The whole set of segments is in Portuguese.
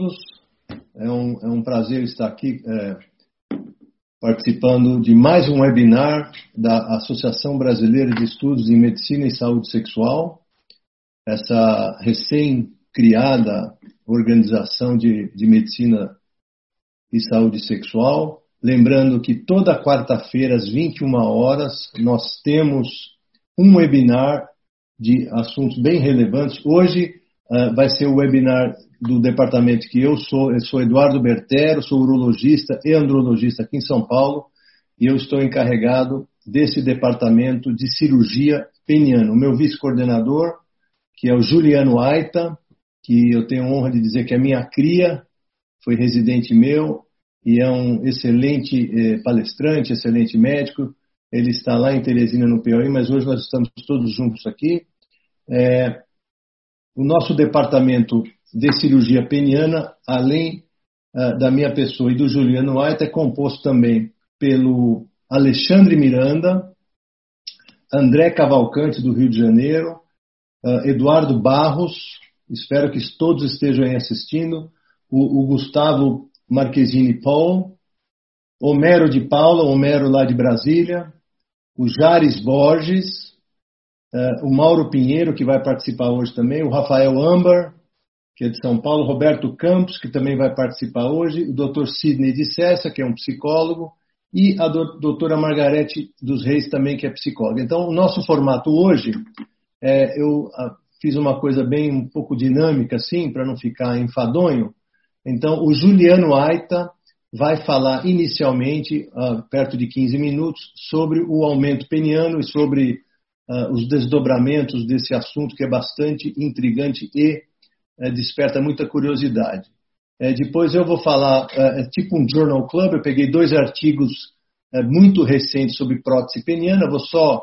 todos. É um prazer estar aqui participando de mais um webinar da Associação Brasileira de Estudos em Medicina e Saúde Sexual, essa recém-criada organização de medicina e saúde sexual. Lembrando que toda quarta-feira, às 21 horas, nós temos um webinar de assuntos bem relevantes. Hoje vai ser o webinar do departamento que eu sou Eduardo Bertero, sou urologista e andrologista aqui em São Paulo, e eu estou encarregado desse departamento de cirurgia peniana. O meu vice-coordenador, que é o Juliano Aita, que eu tenho a honra de dizer que é minha cria, foi residente meu, e é um excelente palestrante, excelente médico. Ele está lá em Teresina, no Piauí, mas hoje nós estamos todos juntos aqui. O nosso departamento de cirurgia peniana, além da minha pessoa e do Juliano Aita, é composto também pelo Alexandre Miranda, André Cavalcante, do Rio de Janeiro, Eduardo Barros, espero que todos estejam aí assistindo, o Gustavo Marquezine Paul, Homero de Paula, Homero lá de Brasília, o Jares Borges, o Mauro Pinheiro, que vai participar hoje também, o Rafael Ambar, que é de São Paulo, Roberto Campos, que também vai participar hoje, o Dr. Sidney de Cessa, que é um psicólogo, e a doutora Margarete dos Reis também, que é psicóloga. Então, o nosso formato hoje, eu fiz uma coisa bem um pouco dinâmica, assim, para não ficar enfadonho. Então, o Juliano Aita vai falar inicialmente, perto de 15 minutos, sobre o aumento peniano e sobre os desdobramentos desse assunto, que é bastante intrigante e desperta muita curiosidade. Depois eu vou falar, tipo um journal club, eu peguei 2 artigos muito recentes sobre prótese peniana, vou só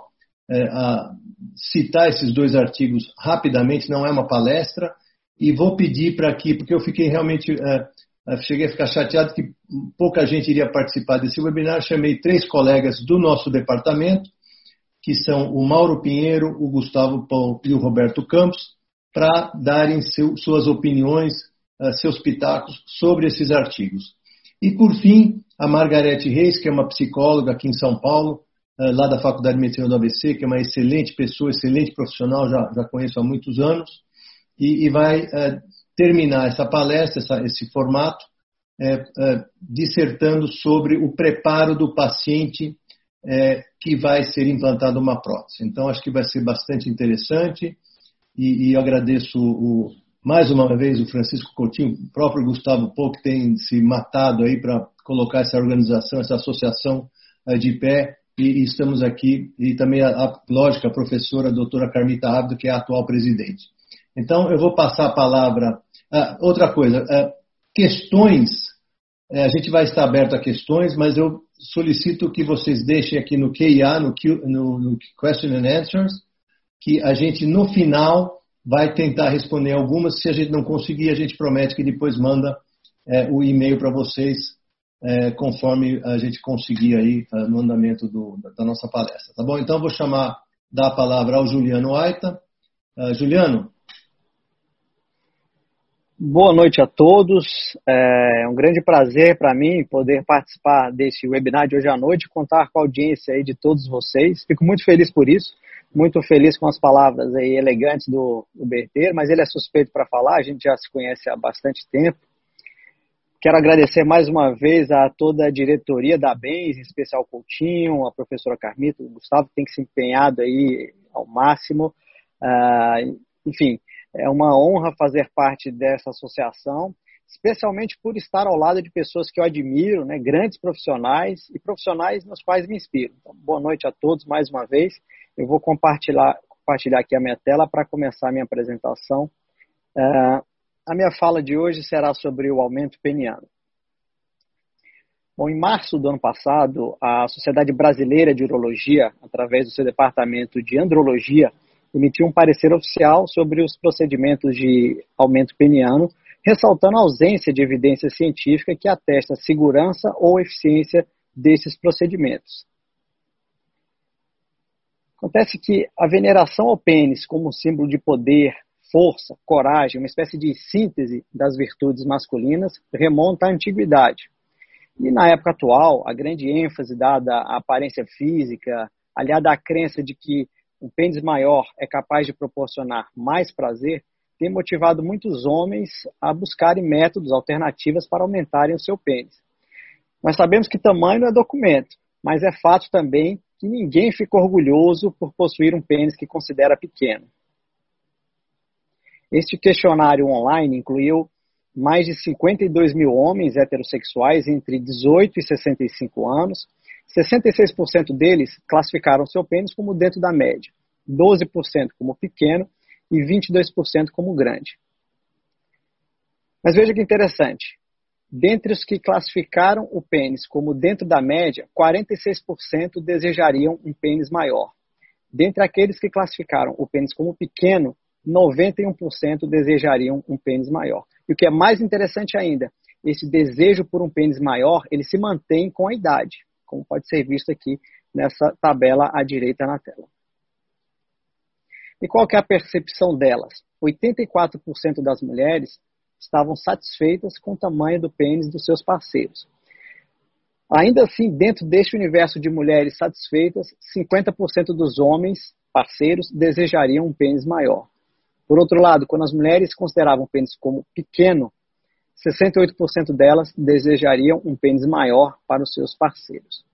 citar esses 2 artigos rapidamente, não é uma palestra, e vou pedir para aqui, porque eu fiquei realmente, cheguei a ficar chateado que pouca gente iria participar desse webinar, chamei 3 colegas do nosso departamento, que são o Mauro Pinheiro, o Gustavo Paul e o Roberto Campos, para darem suas opiniões, seus pitacos sobre esses artigos. E, por fim, a Margarete Reis, que é uma psicóloga aqui em São Paulo, lá da Faculdade de Medicina do ABC, que é uma excelente pessoa, excelente profissional, já conheço há muitos anos, e vai terminar essa palestra, esse formato, dissertando sobre o preparo do paciente que vai ser implantado uma prótese. Então, acho que vai ser bastante interessante, e eu agradeço mais uma vez o Francisco Coutinho, o próprio Gustavo Paul, que tem se matado aí para colocar essa organização, essa associação de pé, e estamos aqui, e também, lógico, a professora a doutora Carmita Abdo, que é a atual presidente. Então, eu vou passar a palavra. Outra coisa, questões, a gente vai estar aberto a questões, mas eu solicito que vocês deixem aqui no QA, no Question and Answers, que a gente, no final, vai tentar responder algumas. Se a gente não conseguir, a gente promete que depois manda o e-mail para vocês, conforme a gente conseguir aí no andamento da nossa palestra. Tá bom? Então, eu vou dar a palavra ao Juliano Aita. Juliano? Boa noite a todos. É um grande prazer para mim poder participar desse webinar de hoje à noite, contar com a audiência aí de todos vocês. Fico muito feliz por isso, muito feliz com as palavras aí elegantes do Berteiro, mas ele é suspeito para falar, a gente já se conhece há bastante tempo. Quero agradecer mais uma vez a toda a diretoria da BENS, em especial o Coutinho, a professora Carmita, o Gustavo, que tem se empenhado aí ao máximo. Enfim, é uma honra fazer parte dessa associação, especialmente por estar ao lado de pessoas que eu admiro, né, grandes profissionais e profissionais nos quais me inspiro. Então, boa noite a todos mais uma vez. Eu vou compartilhar aqui a minha tela para começar a minha apresentação. A minha fala de hoje será sobre o aumento peniano. Bom, em março do ano passado, a Sociedade Brasileira de Urologia, através do seu departamento de andrologia, emitiu um parecer oficial sobre os procedimentos de aumento peniano, ressaltando a ausência de evidência científica que atesta a segurança ou eficiência desses procedimentos. Acontece que a veneração ao pênis como símbolo de poder, força, coragem, uma espécie de síntese das virtudes masculinas, remonta à antiguidade. E na época atual, a grande ênfase dada à aparência física, aliada à crença de que um pênis maior é capaz de proporcionar mais prazer, tem motivado muitos homens a buscarem métodos, alternativas para aumentarem o seu pênis. Nós sabemos que tamanho não é documento, mas é fato também que ninguém fica orgulhoso por possuir um pênis que considera pequeno. Este questionário online incluiu mais de 52 mil homens heterossexuais entre 18 e 65 anos. 66% deles classificaram seu pênis como dentro da média, 12% como pequeno e 22% como grande. Mas veja que interessante. Dentre os que classificaram o pênis como dentro da média, 46% desejariam um pênis maior. Dentre aqueles que classificaram o pênis como pequeno, 91% desejariam um pênis maior. E o que é mais interessante ainda, esse desejo por um pênis maior, ele se mantém com a idade, como pode ser visto aqui nessa tabela à direita na tela. E qual que é a percepção delas? 84% das mulheres estavam satisfeitas com o tamanho do pênis dos seus parceiros. Ainda assim, dentro deste universo de mulheres satisfeitas, 50% dos homens parceiros desejariam um pênis maior. Por outro lado, quando as mulheres consideravam o pênis como pequeno, 68% delas desejariam um pênis maior para os seus parceiros.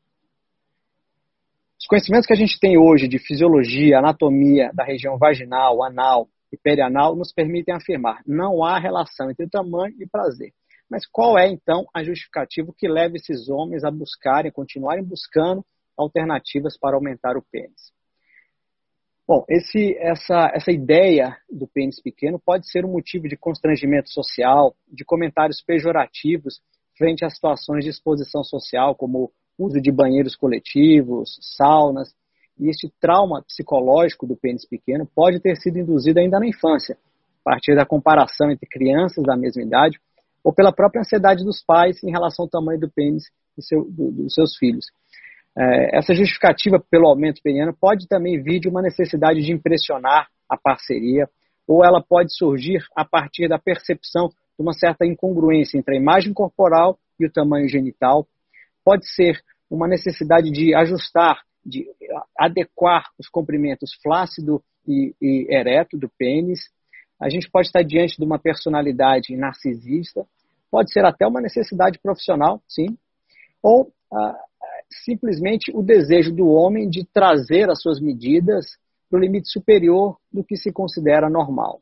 Os conhecimentos que a gente tem hoje de fisiologia, anatomia da região vaginal, anal e perianal nos permitem afirmar: não há relação entre tamanho e prazer. Mas qual é, então, a justificativa que leva esses homens a continuarem buscando alternativas para aumentar o pênis? Bom, essa ideia do pênis pequeno pode ser um motivo de constrangimento social, de comentários pejorativos frente a situações de exposição social, como uso de banheiros coletivos, saunas. E este trauma psicológico do pênis pequeno pode ter sido induzido ainda na infância, a partir da comparação entre crianças da mesma idade, ou pela própria ansiedade dos pais em relação ao tamanho do pênis dos seus filhos. Essa justificativa pelo aumento peniano pode também vir de uma necessidade de impressionar a parceria, ou ela pode surgir a partir da percepção de uma certa incongruência entre a imagem corporal e o tamanho genital. Pode ser uma necessidade de ajustar, de adequar os comprimentos flácido e ereto do pênis. A gente pode estar diante de uma personalidade narcisista, pode ser até uma necessidade profissional, sim, ou simplesmente o desejo do homem de trazer as suas medidas para o limite superior do que se considera normal.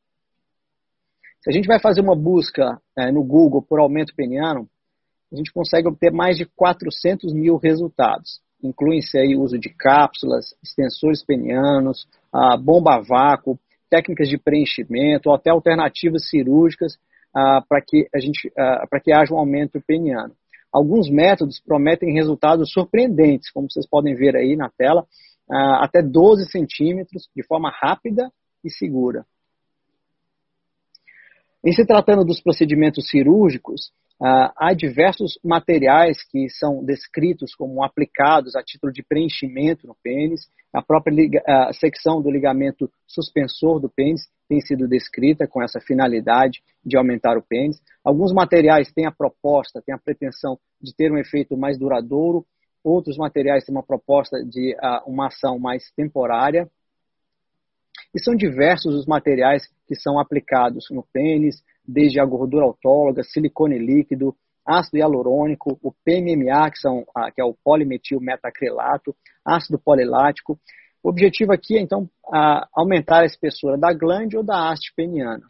Se a gente vai fazer uma busca no Google por aumento peniano, a gente consegue obter mais de 400 mil resultados. Incluem-se aí o uso de cápsulas, extensores penianos, bomba a vácuo, técnicas de preenchimento, ou até alternativas cirúrgicas para que haja um aumento peniano. Alguns métodos prometem resultados surpreendentes, como vocês podem ver aí na tela, até 12 centímetros, de forma rápida e segura. Em se tratando dos procedimentos cirúrgicos, há diversos materiais que são descritos como aplicados a título de preenchimento no pênis. A própria secção do ligamento suspensor do pênis tem sido descrita com essa finalidade de aumentar o pênis. Alguns materiais têm a pretensão de ter um efeito mais duradouro. Outros materiais têm uma proposta de uma ação mais temporária. E são diversos os materiais que são aplicados no pênis, desde a gordura autóloga, silicone líquido, ácido hialurônico, o PMMA, que é o polimetilmetacrilato, ácido polilático. O objetivo aqui é, então, aumentar a espessura da glande ou da haste peniana.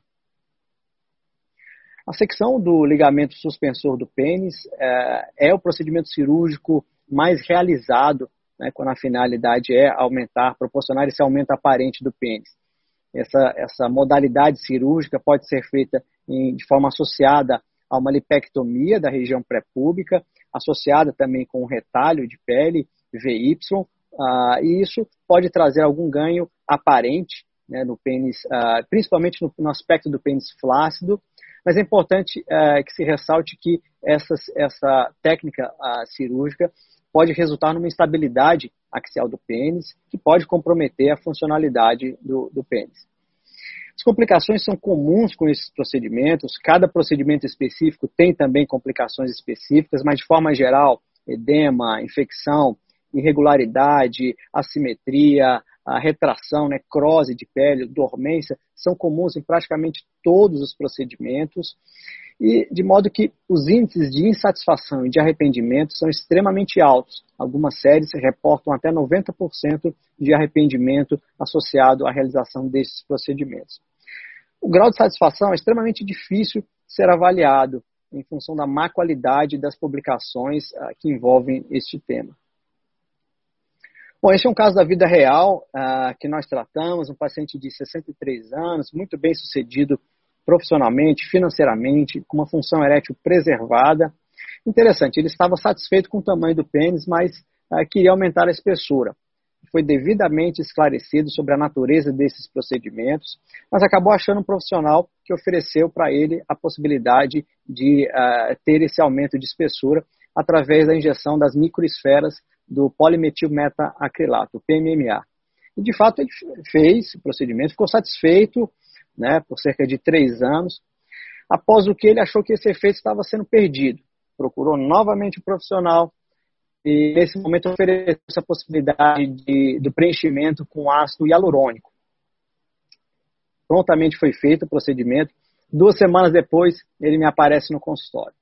A secção do ligamento suspensor do pênis é o procedimento cirúrgico mais realizado, né, quando a finalidade é proporcionar esse aumento aparente do pênis. Essa modalidade cirúrgica pode ser feita de forma associada a uma lipectomia da região pré-púbica, associada também com um retalho de pele, VY, e isso pode trazer algum ganho aparente, né, no pênis, principalmente no aspecto do pênis flácido, mas é importante que se ressalte que essa técnica cirúrgica pode resultar numa instabilidade axial do pênis, que pode comprometer a funcionalidade do pênis. As complicações são comuns com esses procedimentos, cada procedimento específico tem também complicações específicas, mas de forma geral, edema, infecção, irregularidade, assimetria, a retração, necrose de pele, dormência, são comuns em praticamente todos os procedimentos, e de modo que os índices de insatisfação e de arrependimento são extremamente altos. Algumas séries reportam até 90% de arrependimento associado à realização desses procedimentos. O grau de satisfação é extremamente difícil de ser avaliado em função da má qualidade das publicações que envolvem este tema. Bom, esse é um caso da vida real que nós tratamos, um paciente de 63 anos, muito bem sucedido profissionalmente, financeiramente, com uma função erétil preservada. Interessante, ele estava satisfeito com o tamanho do pênis, mas queria aumentar a espessura. Foi devidamente esclarecido sobre a natureza desses procedimentos, mas acabou achando um profissional que ofereceu para ele a possibilidade de ter esse aumento de espessura através da injeção das microesferas do polimetilmeta-acrilato, PMMA. E, de fato, ele fez o procedimento, ficou satisfeito, por cerca de 3 anos, após o que ele achou que esse efeito estava sendo perdido. Procurou novamente o profissional e, nesse momento, ofereceu essa possibilidade do preenchimento com ácido hialurônico. Prontamente foi feito o procedimento. 2 semanas depois, ele me aparece no consultório.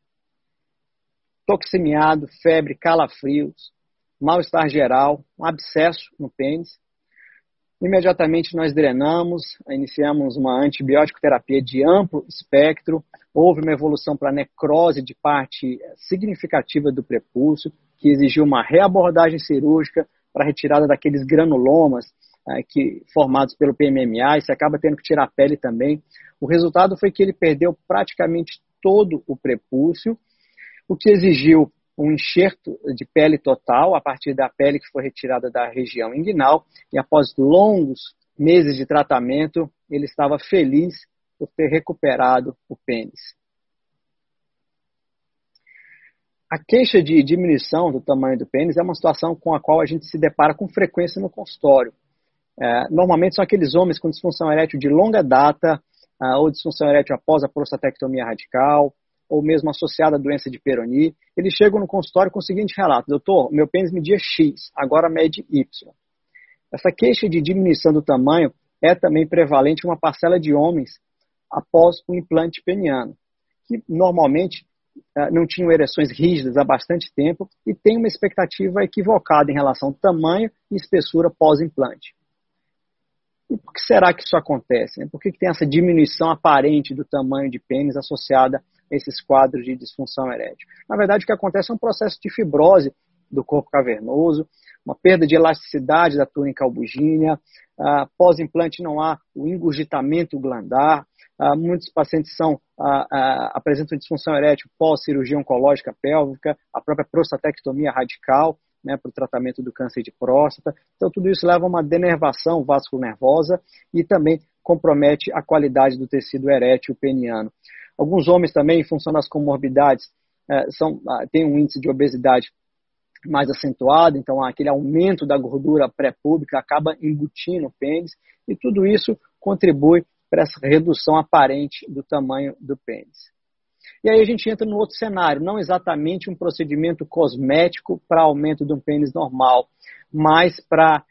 Toxemiado, febre, calafrios, mal-estar geral, um abscesso no pênis. Imediatamente nós drenamos, iniciamos uma antibiótico terapia de amplo espectro, houve uma evolução para necrose de parte significativa do prepúcio, que exigiu uma reabordagem cirúrgica para a retirada daqueles granulomas formados pelo PMMA, e você acaba tendo que tirar a pele também. O resultado foi que ele perdeu praticamente todo o prepúcio, o que exigiu um enxerto de pele total, a partir da pele que foi retirada da região inguinal, e após longos meses de tratamento, ele estava feliz por ter recuperado o pênis. A queixa de diminuição do tamanho do pênis é uma situação com a qual a gente se depara com frequência no consultório. Normalmente são aqueles homens com disfunção erétil de longa data, ou disfunção erétil após a prostatectomia radical, ou mesmo associada à doença de Peyronie. Eles chegam no consultório com o seguinte relato: doutor, meu pênis media X, agora mede Y. Essa queixa de diminuição do tamanho é também prevalente em uma parcela de homens após o implante peniano, que normalmente não tinham ereções rígidas há bastante tempo e têm uma expectativa equivocada em relação ao tamanho e espessura pós-implante. E por que será que isso acontece? Por que tem essa diminuição aparente do tamanho de pênis associada a esses quadros de disfunção erétil? Na verdade, o que acontece é um processo de fibrose do corpo cavernoso, uma perda de elasticidade da túnica albugínea, pós-implante não há o engurgitamento glandar, muitos pacientes apresentam disfunção erétil pós-cirurgia oncológica pélvica, a própria prostatectomia radical, para o tratamento do câncer de próstata. Então, tudo isso leva a uma denervação vasculonervosa e também compromete a qualidade do tecido erétil peniano. Alguns homens também, em função das comorbidades, têm um índice de obesidade mais acentuado, então aquele aumento da gordura pré-púbica acaba embutindo o pênis, e tudo isso contribui para essa redução aparente do tamanho do pênis. E aí a gente entra no outro cenário, não exatamente um procedimento cosmético para aumento de um pênis normal, mas para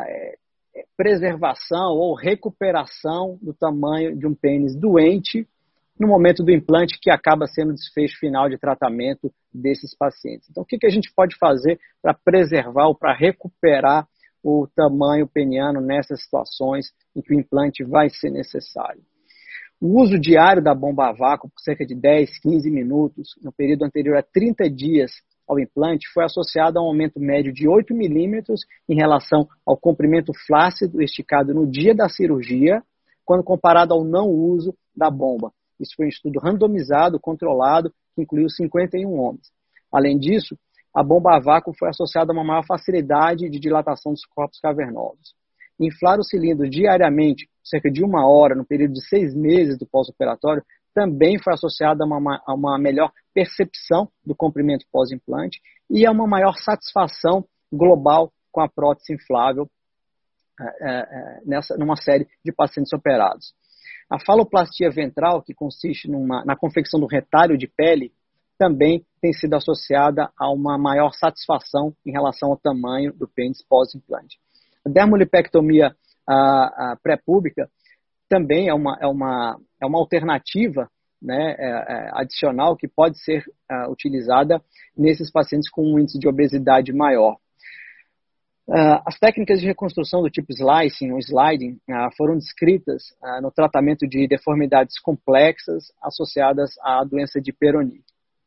preservação ou recuperação do tamanho de um pênis doente no momento do implante, que acaba sendo o desfecho final de tratamento desses pacientes. Então, o que a gente pode fazer para preservar ou para recuperar o tamanho peniano nessas situações em que o implante vai ser necessário? O uso diário da bomba a vácuo por cerca de 10, 15 minutos, no período anterior a 30 dias ao implante, foi associado a um aumento médio de 8 milímetros em relação ao comprimento flácido esticado no dia da cirurgia, quando comparado ao não uso da bomba. Isso foi um estudo randomizado, controlado, que incluiu 51 homens. Além disso, a bomba a vácuo foi associada a uma maior facilidade de dilatação dos corpos cavernosos. Inflar o cilindro diariamente, cerca de 1 hora, no período de 6 meses do pós-operatório, também foi associado a uma melhor percepção do comprimento pós-implante e a uma maior satisfação global com a prótese inflável numa série de pacientes operados. A faloplastia ventral, que consiste na confecção do retalho de pele, também tem sido associada a uma maior satisfação em relação ao tamanho do pênis pós-implante. A dermolipectomia pré-púbica também é uma alternativa, né, adicional que pode ser utilizada nesses pacientes com um índice de obesidade maior. As técnicas de reconstrução do tipo slicing ou sliding foram descritas no tratamento de deformidades complexas associadas à doença de Peyronie.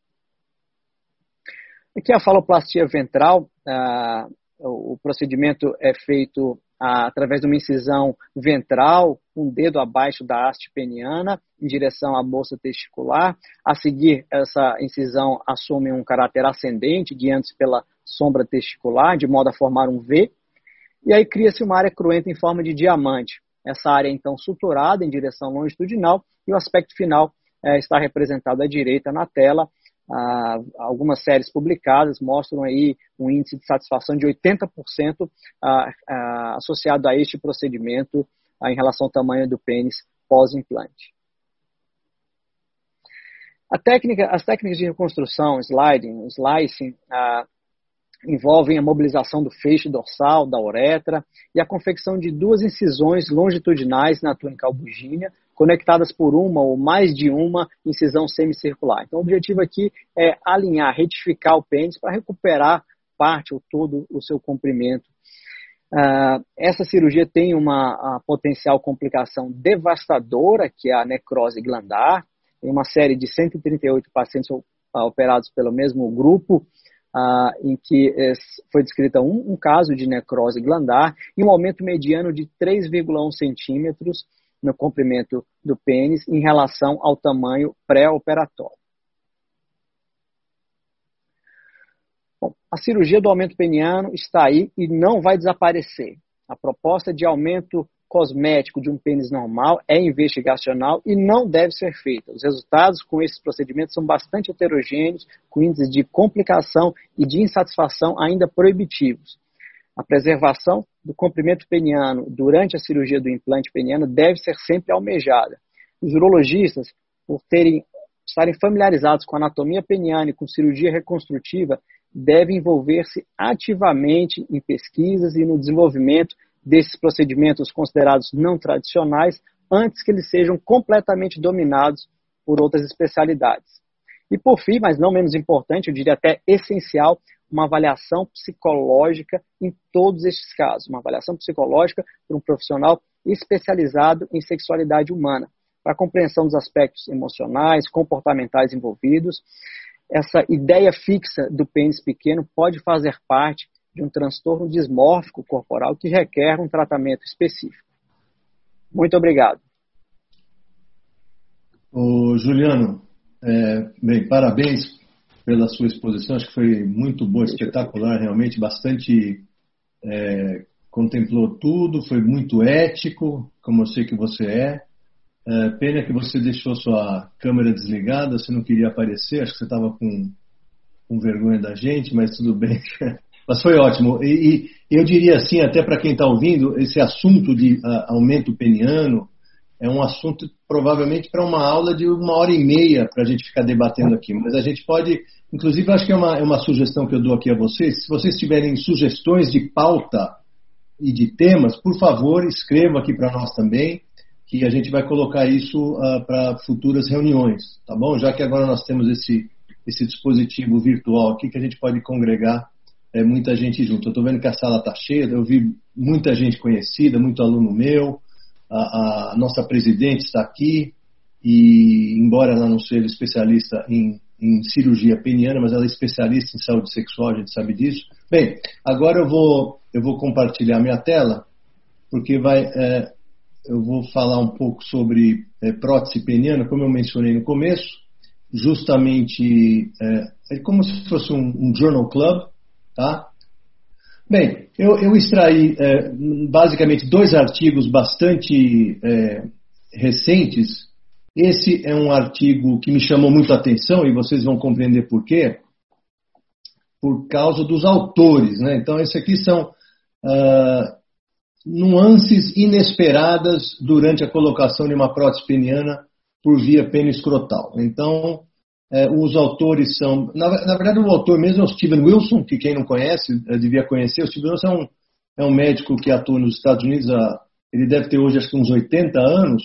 Aqui a faloplastia ventral, o procedimento é feito através de uma incisão ventral, um dedo abaixo da haste peniana, em direção à bolsa testicular. A seguir, essa incisão assume um caráter ascendente, guiando-se pela sombra testicular, de modo a formar um V. E aí cria-se uma área cruenta em forma de diamante. Essa área é então suturada em direção longitudinal e o aspecto final está representado à direita na tela. Algumas séries publicadas mostram aí um índice de satisfação de 80% associado a este procedimento em relação ao tamanho do pênis pós-implante. As técnicas de reconstrução, sliding, slicing, envolvem a mobilização do feixe dorsal, da uretra e a confecção de duas incisões longitudinais na túnica albugínea, conectadas por uma ou mais de uma incisão semicircular. Então, o objetivo aqui é alinhar, retificar o pênis para recuperar parte ou todo o seu comprimento. Essa cirurgia tem uma potencial complicação devastadora, que é a necrose glandar. Em uma série de 138 pacientes operados pelo mesmo grupo, em que foi descrita um caso de necrose glandar e um aumento mediano de 3,1 centímetros no comprimento do pênis em relação ao tamanho pré-operatório. Bom, a cirurgia do aumento peniano está aí e não vai desaparecer. A proposta de aumento cosmético de um pênis normal é investigacional e não deve ser feita. Os resultados com esses procedimentos são bastante heterogêneos, com índices de complicação e de insatisfação ainda proibitivos. A preservação do comprimento peniano durante a cirurgia do implante peniano deve ser sempre almejada. Os urologistas, por estarem familiarizados com a anatomia peniana e com cirurgia reconstrutiva, devem envolver-se ativamente em pesquisas e no desenvolvimento desses procedimentos considerados não tradicionais antes que eles sejam completamente dominados por outras especialidades. E por fim, mas não menos importante, eu diria até essencial, uma avaliação psicológica em todos estes casos, uma avaliação psicológica por um profissional especializado em sexualidade humana, para a compreensão dos aspectos emocionais, comportamentais envolvidos. Essa ideia fixa do pênis pequeno pode fazer parte de um transtorno dismórfico corporal que requer um tratamento específico. Muito obrigado. Ô, Juliano, bem, parabéns pela sua exposição, acho que foi muito boa, espetacular, realmente, bastante contemplou tudo, foi muito ético, como eu sei que você é. Pena que você deixou sua câmera desligada, você não queria aparecer, acho que você estava com vergonha da gente, mas tudo bem. Mas foi ótimo. E eu diria assim, até para quem está ouvindo, esse assunto de aumento peniano é um assunto provavelmente para uma aula de 1h30 para a gente ficar debatendo aqui. Mas a gente pode, inclusive acho que é uma sugestão que eu dou aqui a vocês, se vocês tiverem sugestões de pauta e de temas, por favor, escrevam aqui para nós também, que a gente vai colocar isso para futuras reuniões, tá bom? Já que agora nós temos esse dispositivo virtual aqui que a gente pode congregar muita gente junto. Eu estou vendo que a sala está cheia, eu vi muita gente conhecida, muito aluno meu, a nossa presidente está aqui, e embora ela não seja especialista em cirurgia peniana, mas ela é especialista em saúde sexual, a gente sabe disso. Bem, agora eu vou compartilhar minha tela, porque eu vou falar um pouco sobre prótese peniana, como eu mencionei no começo, justamente é como se fosse um journal club, tá? Bem, eu extraí basicamente 2 artigos bastante recentes. Esse é um artigo que me chamou muito a atenção e vocês vão compreender por quê. Por causa dos autores, né? Então, esses aqui são nuances inesperadas durante a colocação de uma prótese peniana por via penoescrotal. Então, os autores são... Na verdade, o autor mesmo é o Steven Wilson, que quem não conhece, devia conhecer. O Steven Wilson é um médico que atua nos Estados Unidos, ele deve ter hoje acho que uns 80 anos,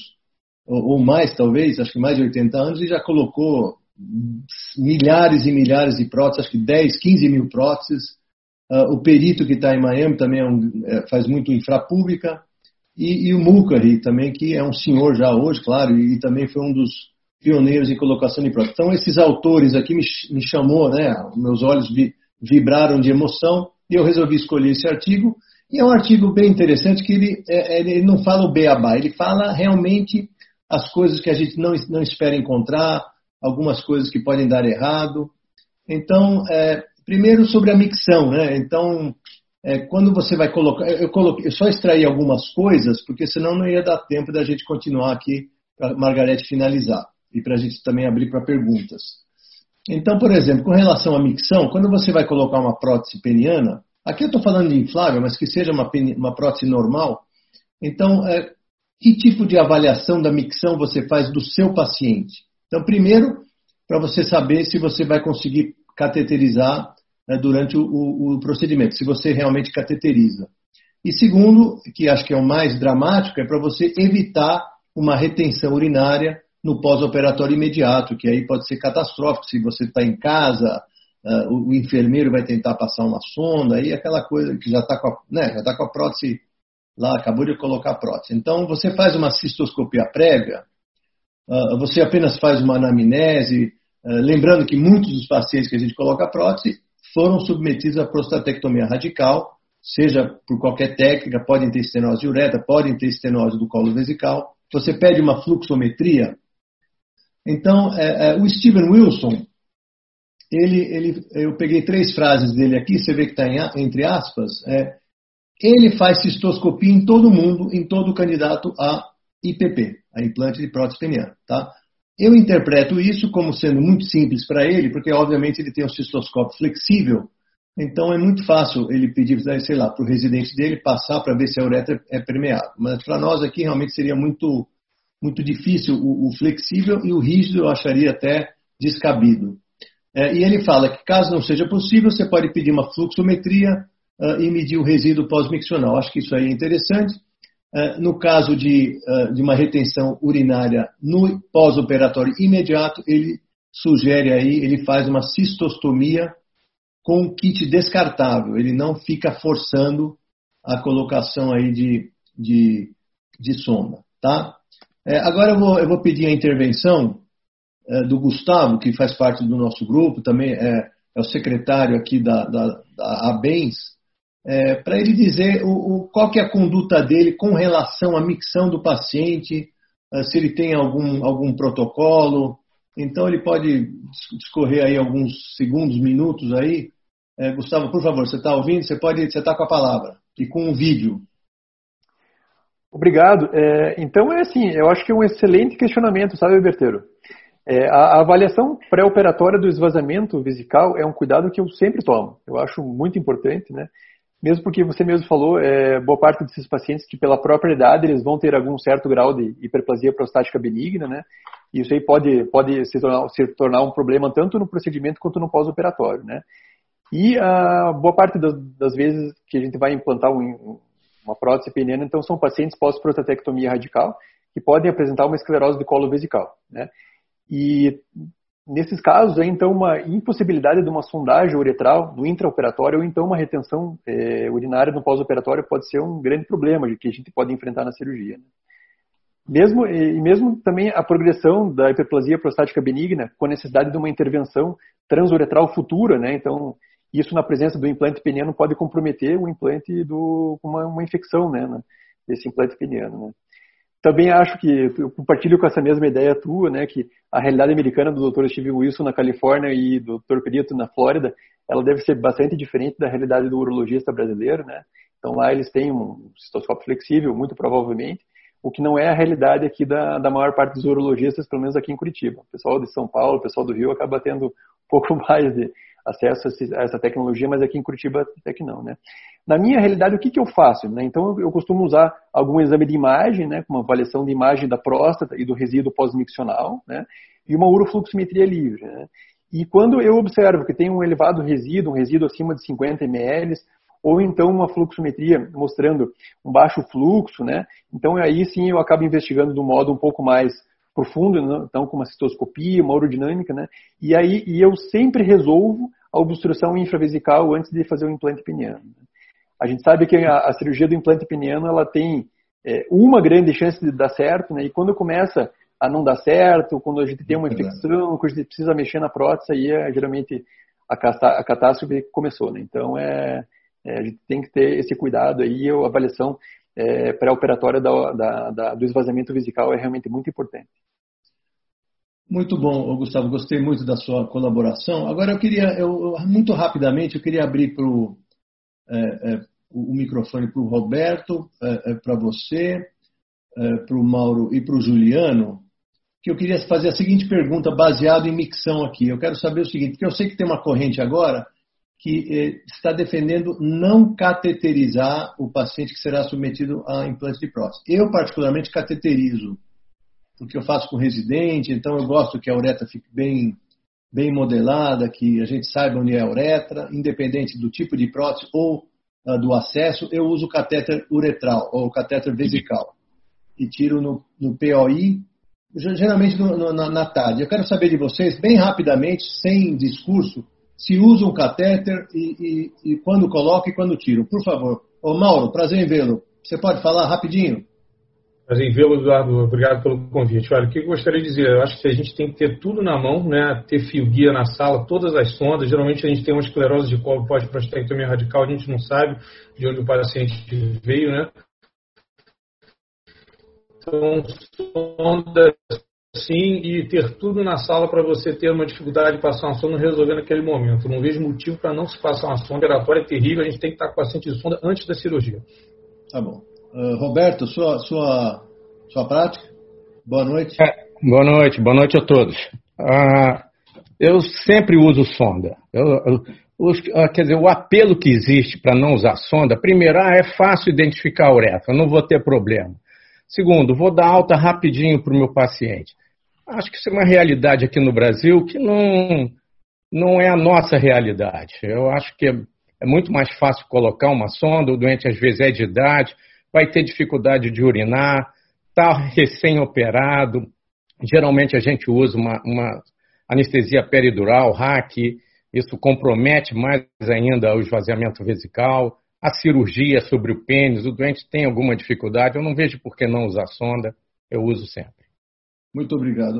ou mais talvez, acho que mais de 80 anos, e já colocou milhares e milhares de próteses, acho que 10, 15 mil próteses. O perito que está em Miami também faz muito infrapública, e o Mulcahy também, que é um senhor já hoje, claro, e também foi um dos pioneiros em colocação de prótese. Então, esses autores aqui me chamou, né? Meus olhos vibraram de emoção, e eu resolvi escolher esse artigo. E é um artigo bem interessante, que ele não fala o beabá, ele fala realmente as coisas que a gente não espera encontrar, algumas coisas que podem dar errado. Então, primeiro sobre a micção, né? Então, quando você vai colocar... Eu só extraí algumas coisas, porque senão não ia dar tempo da gente continuar aqui para a Margarete finalizar. E para a gente também abrir para perguntas. Então, por exemplo, com relação à micção, quando você vai colocar uma prótese peniana, aqui eu estou falando de inflável, mas que seja uma prótese normal, então, que tipo de avaliação da micção você faz do seu paciente? Então, primeiro, para você saber se você vai conseguir cateterizar durante o procedimento, se você realmente cateteriza. E segundo, que acho que é o mais dramático, é para você evitar uma retenção urinária no pós-operatório imediato, que aí pode ser catastrófico. Se você está em casa, o enfermeiro vai tentar passar uma sonda, aí aquela coisa que já está com a prótese lá, acabou de colocar a prótese. Então, você faz uma cistoscopia prévia, você apenas faz uma anamnese, lembrando que muitos dos pacientes que a gente coloca a prótese foram submetidos à prostatectomia radical, seja por qualquer técnica, podem ter estenose de uretra, podem ter estenose do colo vesical. Você pede uma fluxometria. Então, o Steven Wilson, eu peguei 3 frases dele aqui, você vê que está entre aspas, ele faz cistoscopia em todo mundo, em todo candidato a IPP, a implante de prótese peniana. Tá? Eu interpreto isso como sendo muito simples para ele, porque obviamente ele tem um cistoscópio flexível, então é muito fácil ele pedir, sei lá, para o residente dele passar para ver se a uretra é permeável. Mas para nós aqui realmente seria muito, muito difícil o flexível, e o rígido eu acharia até descabido. E ele fala que caso não seja possível, você pode pedir uma fluxometria e medir o resíduo pós-miccional. Acho que isso aí é interessante. No caso de uma retenção urinária no pós-operatório imediato, ele sugere aí, ele faz uma cistostomia com kit descartável. Ele não fica forçando a colocação aí de sonda, tá? Agora eu vou pedir a intervenção do Gustavo, que faz parte do nosso grupo, também é o secretário aqui da ABENS, para ele dizer qual que é a conduta dele com relação à micção do paciente, se ele tem algum protocolo. Então ele pode discorrer aí alguns segundos, minutos aí. Gustavo, por favor, você está ouvindo? Você está com a palavra e com o vídeo. Obrigado. Então assim, eu acho que é um excelente questionamento, sabe, Berteiro? A avaliação pré-operatória do esvaziamento vesical é um cuidado que eu sempre tomo. Eu acho muito importante, né? Mesmo porque você mesmo falou, boa parte desses pacientes que pela própria idade eles vão ter algum certo grau de hiperplasia prostática benigna, né? E isso aí pode se tornar um problema tanto no procedimento quanto no pós-operatório, né? E a boa parte das vezes que a gente vai implantar uma prótese peniana, então são pacientes pós-prostatectomia radical que podem apresentar uma esclerose do colo vesical, né? E nesses casos, então, uma impossibilidade de uma sondagem uretral no intraoperatório ou então uma retenção urinária no pós-operatório pode ser um grande problema que a gente pode enfrentar na cirurgia, né? Mesmo também a progressão da hiperplasia prostática benigna com a necessidade de uma intervenção transuretral futura, né? Então, isso na presença do implante peniano pode comprometer o implante com uma infecção, né, desse implante peniano, né? Também acho que eu compartilho com essa mesma ideia tua, né, que a realidade americana do Dr. Steven Wilson na Califórnia e do Dr. Perito na Flórida, ela deve ser bastante diferente da realidade do urologista brasileiro, né? Então lá eles têm um cistoscópio flexível, muito provavelmente, o que não é a realidade aqui da maior parte dos urologistas, pelo menos aqui em Curitiba. O pessoal de São Paulo, o pessoal do Rio acaba tendo um pouco mais de acesso a essa tecnologia, mas aqui em Curitiba até que não, né? Na minha realidade, o que eu faço? Né? Então, eu costumo usar algum exame de imagem, né, com uma avaliação de imagem da próstata e do resíduo pós-miccional, né, e uma urofluximetria livre. Né? E quando eu observo que tem um elevado resíduo, um resíduo acima de 50 ml, ou então uma fluxometria mostrando um baixo fluxo, né, então aí sim eu acabo investigando de um modo um pouco mais profundo, né, então com uma cistoscopia, uma urodinâmica, né, e eu sempre resolvo a obstrução infravesical antes de fazer o implante peniano. A gente sabe que a cirurgia do implante peniano ela tem uma grande chance de dar certo, né? E quando começa a não dar certo, quando a gente tem uma infecção, quando a gente precisa mexer na prótese, aí geralmente a catástrofe começou, né? Então a gente tem que ter esse cuidado aí, a avaliação pré-operatória do esvaziamento vesical é realmente muito importante. Muito bom, Gustavo, gostei muito da sua colaboração. Agora muito rapidamente, eu queria abrir para o microfone para o Roberto, para você, para o Mauro e para o Juliano, que eu queria fazer a seguinte pergunta, baseado em micção aqui. Eu quero saber o seguinte, porque eu sei que tem uma corrente agora que está defendendo não cateterizar o paciente que será submetido a implante de próstata. Eu, particularmente, cateterizo, porque eu faço com residente, então eu gosto que a uretra fique bem modelada, que a gente saiba onde é a uretra, independente do tipo de prótese ou do acesso, eu uso o catéter uretral ou catéter vesical e tiro no POI, geralmente na TAD. Eu quero saber de vocês, bem rapidamente, sem discurso, se usa um catéter e quando coloca e quando tira. Por favor. Ô Mauro, prazer em vê-lo. Você pode falar rapidinho? Prazer em vê-lo, Eduardo. Obrigado pelo convite. Olha, o que eu gostaria de dizer? Eu acho que a gente tem que ter tudo na mão, né? Ter fio-guia na sala, todas as sondas. Geralmente a gente tem uma esclerose de colo pós-prostatectomia radical, a gente não sabe de onde o paciente veio, né? Então, sonda sim, e ter tudo na sala para você ter uma dificuldade de passar uma sonda resolver naquele momento. Eu não vejo motivo para não se passar uma sonda. Operatória é terrível, a gente tem que estar com o paciente de sonda antes da cirurgia. Tá bom. Roberto, sua prática? Boa noite. Boa noite a todos. Eu sempre uso sonda. Quer dizer, o apelo que existe para não usar sonda, primeiro, é fácil identificar a uretra, não vou ter problema. Segundo, vou dar alta rapidinho para o meu paciente. Acho que isso é uma realidade aqui no Brasil que não é a nossa realidade. Eu acho que é muito mais fácil colocar uma sonda, o doente às vezes é de idade, vai ter dificuldade de urinar, está recém-operado. Geralmente a gente usa uma anestesia peridural, RAC, isso compromete mais ainda o esvaziamento vesical. A cirurgia sobre o pênis, o doente tem alguma dificuldade, eu não vejo por que não usar sonda, eu uso sempre. Muito obrigado.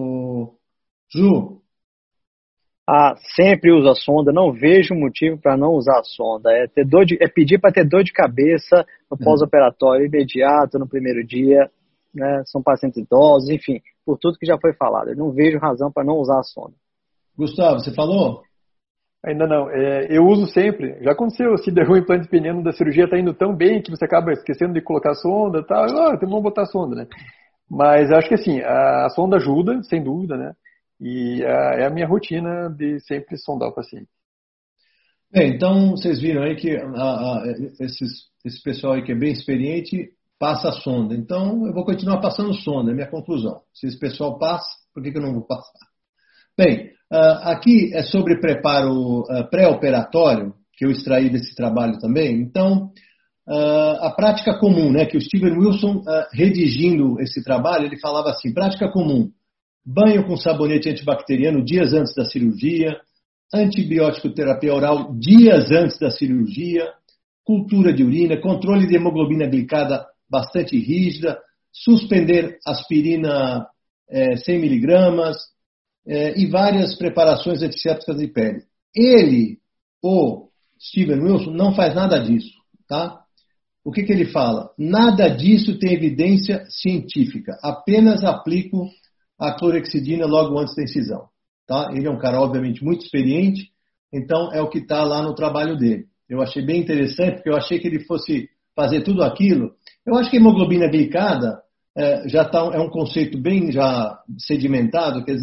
Ju? Sempre uso a sonda, não vejo motivo para não usar a sonda. É pedir para ter dor de cabeça no pós-operatório imediato, no primeiro dia, né? São pacientes idosos, enfim, por tudo que já foi falado. Eu não vejo razão para não usar a sonda. Gustavo, você falou? Ainda não. Eu uso sempre. Já aconteceu, se derrubou o implante peniano da cirurgia, está indo tão bem que você acaba esquecendo de colocar a sonda e tal. Vamos botar a sonda, né? Mas acho que assim, a sonda ajuda, sem dúvida, né? E é a minha rotina de sempre sondar o paciente. Bem, então vocês viram aí que esse pessoal aí que é bem experiente passa a sonda. Então eu vou continuar passando sonda, é a minha conclusão. Se esse pessoal passa, por que eu não vou passar? Bem, aqui é sobre preparo pré-operatório, que eu extraí desse trabalho também. Então, a prática comum, né, que o Steven Wilson, redigindo esse trabalho, ele falava assim, prática comum, banho com sabonete antibacteriano dias antes da cirurgia, antibiótico terapia oral dias antes da cirurgia, cultura de urina, controle de hemoglobina glicada bastante rígida, suspender aspirina 100 miligramas, e várias preparações antissépticas de pele. Ele, o Steven Wilson, não faz nada disso, tá? O que ele fala? Nada disso tem evidência científica, apenas aplico a clorexidina logo antes da incisão, tá? Ele é um cara, obviamente, muito experiente, então é o que está lá no trabalho dele. Eu achei bem interessante, porque eu achei que ele fosse fazer tudo aquilo. Eu acho que a hemoglobina glicada é um conceito bem já sedimentado, quer dizer,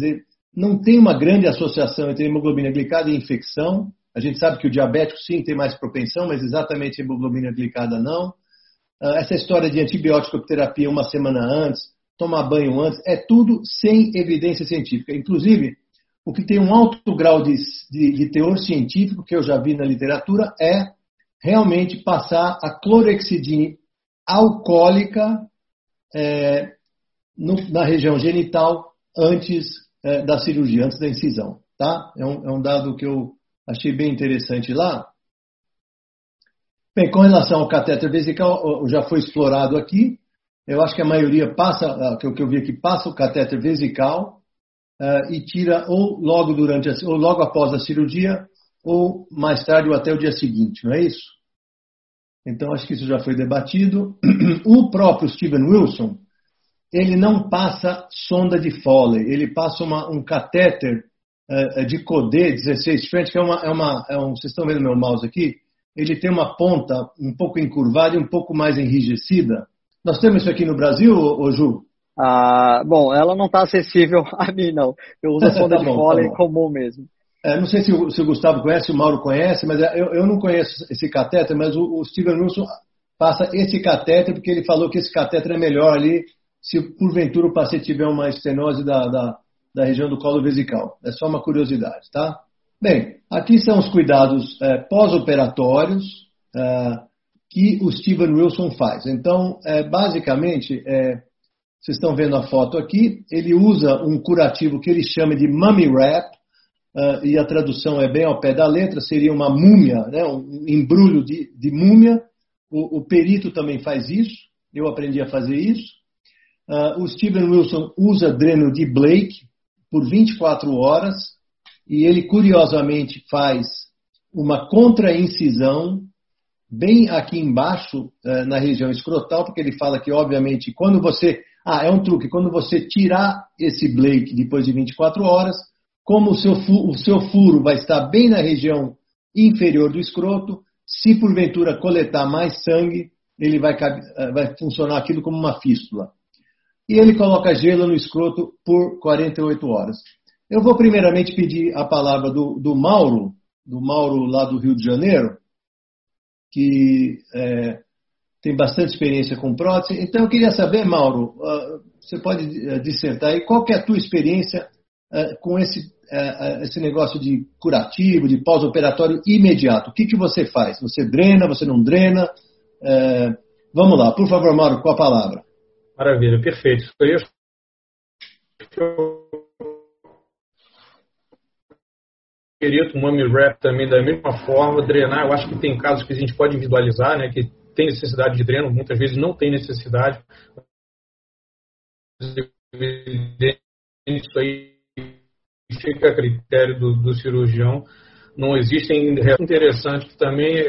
não tem uma grande associação entre hemoglobina glicada e infecção. A gente sabe que o diabético sim tem mais propensão, mas exatamente a hemoglobina glicada não. Essa história de antibiótico terapia uma semana antes, tomar banho antes, é tudo sem evidência científica. Inclusive, o que tem um alto grau de teor científico, que eu já vi na literatura, é realmente passar a clorexidina alcoólica na região genital antes da cirurgia, antes da incisão. Tá? É um dado que eu achei bem interessante lá. Bem, com relação ao catéter vesical, já foi explorado aqui. Eu acho que a maioria passa, que eu vi aqui, passa o catéter vesical e tira ou logo após a cirurgia ou mais tarde ou até o dia seguinte, não é isso? Então, acho que isso já foi debatido. O próprio Steven Wilson, ele não passa sonda de Foley, ele passa um catéter de Codet 16 French, que vocês estão vendo meu mouse aqui, ele tem uma ponta um pouco encurvada e um pouco mais enrijecida. Nós temos isso aqui no Brasil, Ju? Bom, ela não está acessível a mim, não. Eu uso a sonda de Foley comum mesmo. Não sei se o Gustavo conhece, o Mauro conhece, mas eu não conheço esse catéter, mas o Steven Wilson passa esse catéter porque ele falou que esse catéter é melhor ali se porventura o paciente tiver uma estenose da região do colo vesical. É só uma curiosidade, tá? Bem, aqui são os cuidados pós-operatórios que o Steven Wilson faz. Então, basicamente, vocês estão vendo a foto aqui, ele usa um curativo que ele chama de mummy wrap, e a tradução é bem ao pé da letra, seria uma múmia, né, um embrulho de múmia. O perito também faz isso, eu aprendi a fazer isso. O Steven Wilson usa dreno de Blake por 24 horas e ele, curiosamente, faz uma contraincisão bem aqui embaixo, na região escrotal, porque ele fala que, obviamente, quando você... é um truque, quando você tirar esse Blake depois de 24 horas, como o seu furo vai estar bem na região inferior do escroto, se porventura coletar mais sangue, ele vai funcionar aquilo como uma fístula. E ele coloca gelo no escroto por 48 horas. Eu vou primeiramente pedir a palavra do Mauro lá do Rio de Janeiro, que tem bastante experiência com prótese. Então eu queria saber, Mauro, você pode dissertar aí, qual que é a tua experiência com esse negócio de curativo, de pós-operatório imediato? O que você faz? Você drena, você não drena? Vamos lá, por favor, Mauro, com a palavra. Maravilha, perfeito. O mummy wrap também da mesma forma, drenar, eu acho que tem casos que a gente pode individualizar, né, que tem necessidade de dreno, muitas vezes não tem necessidade. Isso aí fica a critério do cirurgião. Não existem, interessante que também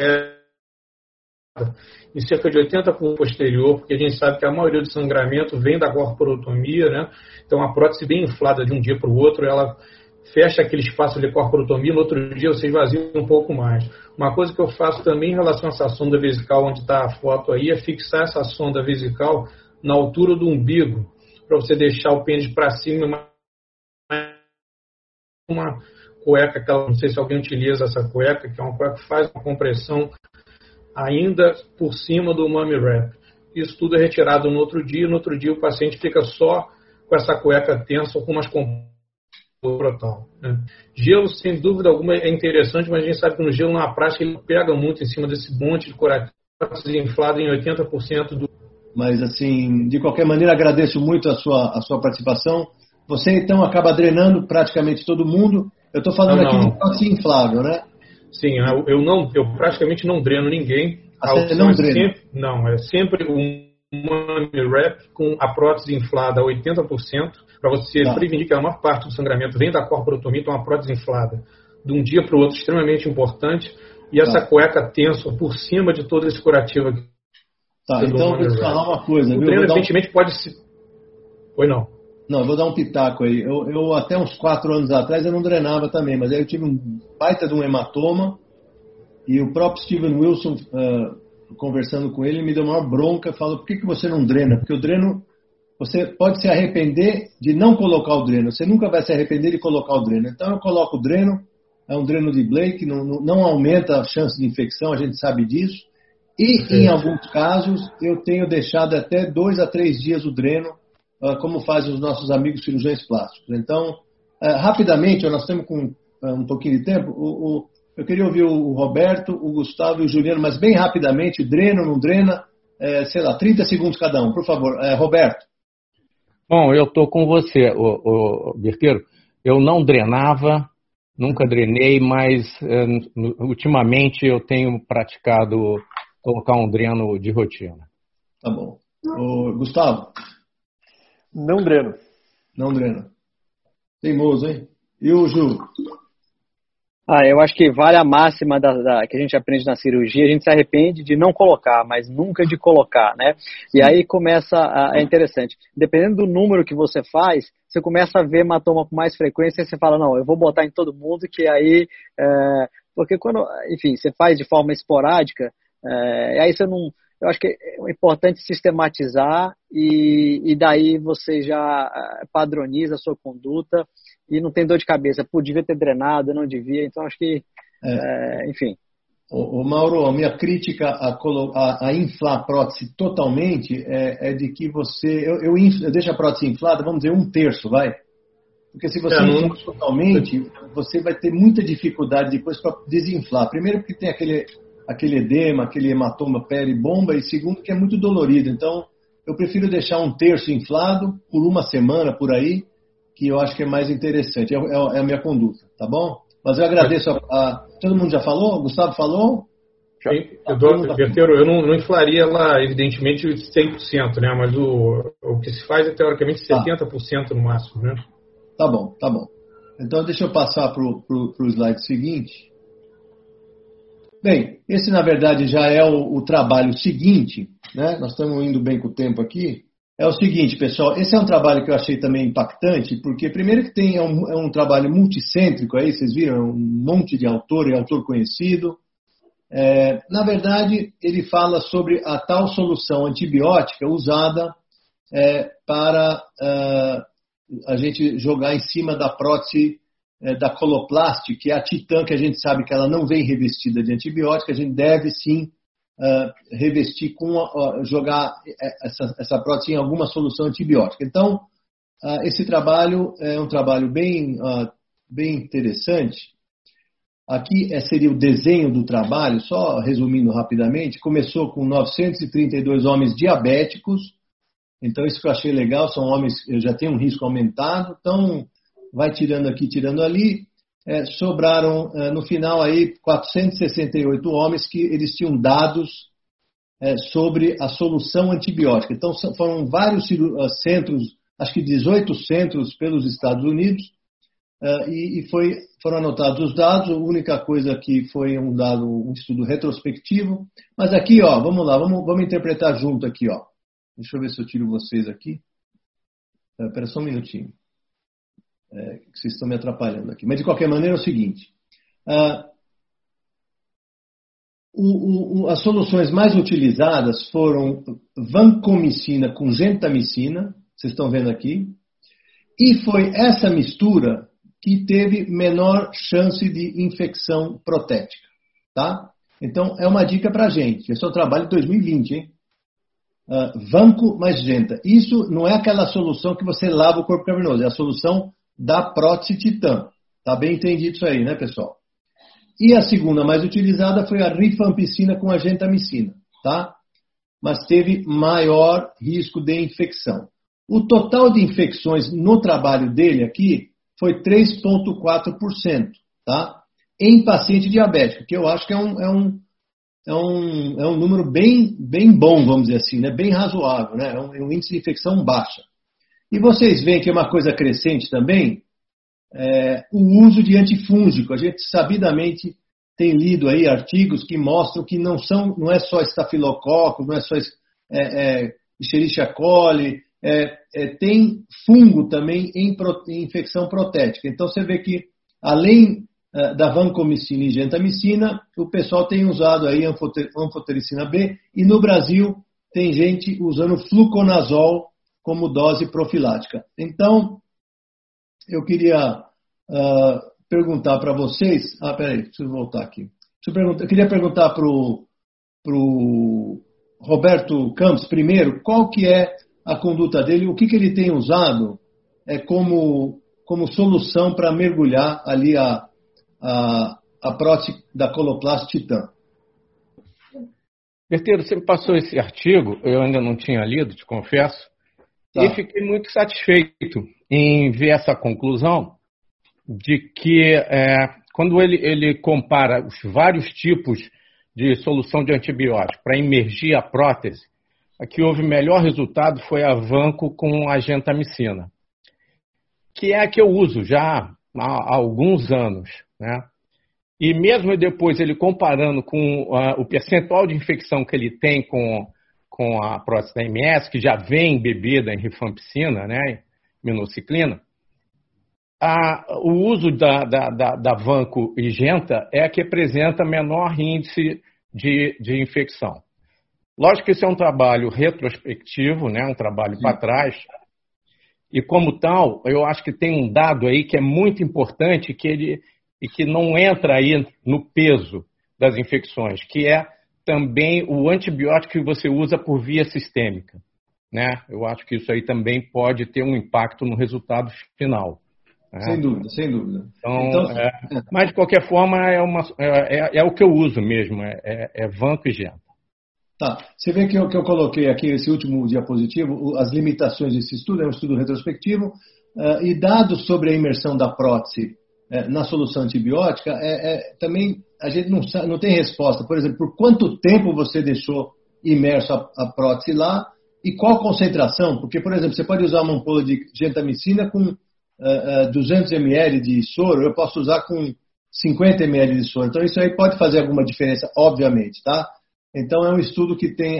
em cerca de 80% posterior, porque a gente sabe que a maioria do sangramento vem da corporotomia, né? Então a prótese bem inflada de um dia para o outro, ela fecha aquele espaço de corporotomia, no outro dia você esvazia um pouco mais. Uma coisa que eu faço também em relação a essa sonda vesical, onde está a foto aí, é fixar essa sonda vesical na altura do umbigo, para você deixar o pênis para cima, uma cueca, não sei se alguém utiliza essa cueca, que é uma cueca que faz uma compressão ainda por cima do mummy wrap. Isso tudo é retirado no outro dia o paciente fica só com essa cueca tensa ou com umas brotal, né? Gelo, sem dúvida alguma, é interessante, mas a gente sabe que no gelo, na prática, ele pega muito em cima desse monte de curativo inflado em 80% do... Mas, assim, de qualquer maneira, agradeço muito a sua participação. Você, então, acaba drenando praticamente todo mundo. Eu estou falando aqui de prótese inflável, né? Sim, eu praticamente não dreno ninguém. Você não drena? É sempre um mummy wrap com a prótese inflada a 80%, para você prevenir que a maior parte do sangramento vem da corporotomia, então a prótese inflada de um dia para o outro extremamente importante, e essa cueca tensa por cima de todo esse curativo aqui. Então vou te falar uma coisa. O treino, evidentemente, pode se... Oi, não. Não, vou dar um pitaco aí. Eu até uns 4 anos atrás eu não drenava também, mas aí eu tive um baita de um hematoma e o próprio Steven Wilson, conversando com ele, me deu uma maior bronca, falou, por que você não drena? Porque o dreno você pode se arrepender de não colocar o dreno. Você nunca vai se arrepender de colocar o dreno. Então eu coloco o dreno, é um dreno de Blake, não aumenta a chance de infecção, a gente sabe disso. E em alguns casos eu tenho deixado até 2 a 3 dias o dreno, como fazem os nossos amigos cirurgiões plásticos. Então, rapidamente, nós estamos com um pouquinho de tempo, eu queria ouvir o Roberto, o Gustavo e o Juliano, mas bem rapidamente, dreno, não drena, 30 segundos cada um, por favor. Roberto. Bom, eu estou com você, Berteiro. Eu não drenava, nunca drenei, mas ultimamente eu tenho praticado colocar um dreno de rotina. Tá bom. Gustavo? Não dreno. Não dreno. Teimoso, hein? E o Ju? Eu acho que vale a máxima que a gente aprende na cirurgia, a gente se arrepende de não colocar, mas nunca de colocar, né? E aí é interessante. Dependendo do número que você faz, você começa a ver hematoma com mais frequência e você fala, não, eu vou botar em todo mundo, que aí... porque quando, enfim, você faz de forma esporádica, aí você não... Eu acho que é importante sistematizar e daí você já padroniza a sua conduta e não tem dor de cabeça. Pô, devia ter drenado, não devia. Então, acho que, enfim. Mauro, a minha crítica a inflar a prótese totalmente é de que você... Eu deixo a prótese inflada, vamos dizer, 1/3, vai? Porque se você inflar totalmente, você vai ter muita dificuldade depois para desinflar. Primeiro porque tem aquele edema, aquele hematoma peribomba, e segundo que é muito dolorido. Então, eu prefiro deixar 1/3 inflado por uma semana, por aí, que eu acho que é mais interessante. É a minha conduta, tá bom? Mas eu agradeço todo mundo já falou? O Gustavo falou? Berteiro, eu não inflaria ela, evidentemente, 100%, né? Mas o que se faz é, teoricamente, 70% no máximo, né? Tá bom. Então, deixa eu passar para o slide seguinte. Bem, esse na verdade já é o trabalho seguinte, né? Nós estamos indo bem com o tempo aqui. É o seguinte, pessoal, esse é um trabalho que eu achei também impactante, porque primeiro que é um trabalho multicêntrico aí, vocês viram, um monte de autor e autor conhecido. Na verdade, ele fala sobre a tal solução antibiótica usada para a gente jogar em cima da prótese da Coloplast, que é a Titan, que a gente sabe que ela não vem revestida de antibiótico, a gente deve sim revestir jogar essa prótese em alguma solução antibiótica. Então, esse trabalho é um trabalho bem interessante. Aqui seria o desenho do trabalho, só resumindo rapidamente, começou com 932 homens diabéticos, então isso que eu achei legal, são homens que já têm um risco aumentado, então vai tirando aqui, tirando ali, sobraram no final aí 468 homens que eles tinham dados sobre a solução antibiótica. Então foram vários centros, acho que 18 centros pelos Estados Unidos, e foram anotados os dados. A única coisa que foi um estudo retrospectivo. Mas aqui, vamos lá, vamos interpretar junto aqui, Deixa eu ver se eu tiro vocês aqui. Espera só um minutinho. Que vocês estão me atrapalhando aqui. Mas, de qualquer maneira, é o seguinte. As soluções mais utilizadas foram vancomicina com gentamicina, vocês estão vendo aqui, e foi essa mistura que teve menor chance de infecção protética. Tá? Então, é uma dica para a gente. Esse é o trabalho de 2020, hein? Vanco mais genta. Isso não é aquela solução que você lava o corpo cavernoso, é a solução da prótese Titan. Tá bem entendido isso aí, né, pessoal? E a segunda mais utilizada foi a rifampicina com a gentamicina, tá? Mas teve maior risco de infecção. O total de infecções no trabalho dele aqui foi 3,4%, tá? Em paciente diabético, que eu acho que é um número bem bom, vamos dizer assim, né? Bem razoável, né? É um índice de infecção baixa. E vocês veem que é uma coisa crescente também, o uso de antifúngico. A gente sabidamente tem lido aí artigos que mostram que não é só estafilococcus, não é só Escherichia coli, tem fungo também em infecção protética. Então você vê que além da vancomicina e gentamicina, o pessoal tem usado aí anfotericina B, e no Brasil tem gente usando fluconazol como dose profilática. Então, eu queria perguntar para vocês... peraí, preciso voltar aqui. Eu queria perguntar para o Roberto Campos, primeiro, qual que é a conduta dele, o que ele tem usado como solução para mergulhar ali a prótese da Coloplast Titan. Berteiro, você me passou esse artigo, eu ainda não tinha lido, te confesso, e fiquei muito satisfeito em ver essa conclusão de que quando ele compara os vários tipos de solução de antibiótico para imergir a prótese, a que houve melhor resultado foi a Vanco com a gentamicina, que é a que eu uso já há alguns anos, né? E mesmo depois ele comparando com o percentual de infecção que ele tem com a prótese da MS, que já vem embebida em rifampicina, né, minociclina, o uso da Vanco e Genta é a que apresenta menor índice de infecção. Lógico que isso é um trabalho retrospectivo, né, um trabalho para trás, e como tal, eu acho que tem um dado aí que é muito importante e que não entra aí no peso das infecções, que é também o antibiótico que você usa por via sistêmica, né? Eu acho que isso aí também pode ter um impacto no resultado final. Né? Sem dúvida, sem dúvida. Então, mas de qualquer forma é o que eu uso mesmo, é Vanco e Genta. Tá. Você vê que eu coloquei aqui esse último diapositivo, as limitações desse estudo, é um estudo retrospectivo, e dados sobre a imersão da prótese na solução antibiótica, também a gente não tem resposta. Por exemplo, por quanto tempo você deixou imerso a prótese lá e qual concentração? Porque, por exemplo, você pode usar uma ampola de gentamicina com 200 ml de soro, eu posso usar com 50 ml de soro. Então, isso aí pode fazer alguma diferença, obviamente, tá? Então, é um estudo que tem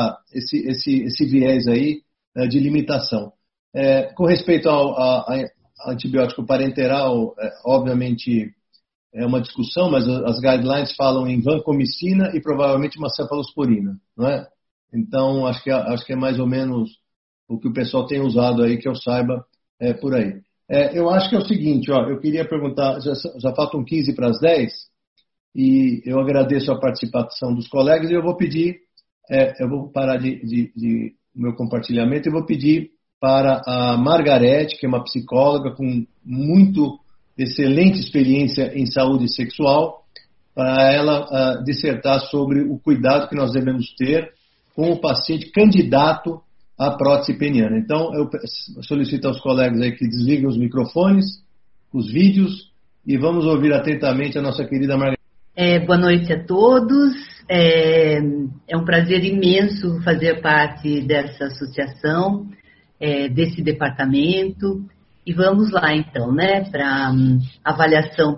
esse viés aí de limitação. Com respeito ao antibiótico parenteral, obviamente é uma discussão, mas as guidelines falam em vancomicina e provavelmente uma cefalosporina, não é? Então, acho que é mais ou menos o que o pessoal tem usado aí, que eu saiba, por aí. Eu acho que é o seguinte, eu queria perguntar, já faltam 15 para as 10, e eu agradeço a participação dos colegas, e eu vou pedir, eu vou parar de meu compartilhamento e vou pedir para a Margarete, que é uma psicóloga com muito excelente experiência em saúde sexual, para ela dissertar sobre o cuidado que nós devemos ter com o paciente candidato à prótese peniana. Então, eu solicito aos colegas aí que desliguem os microfones, os vídeos, e vamos ouvir atentamente a nossa querida Margarete. Boa noite a todos. É um prazer imenso fazer parte dessa associação, desse departamento. E vamos lá, então, né, para avaliação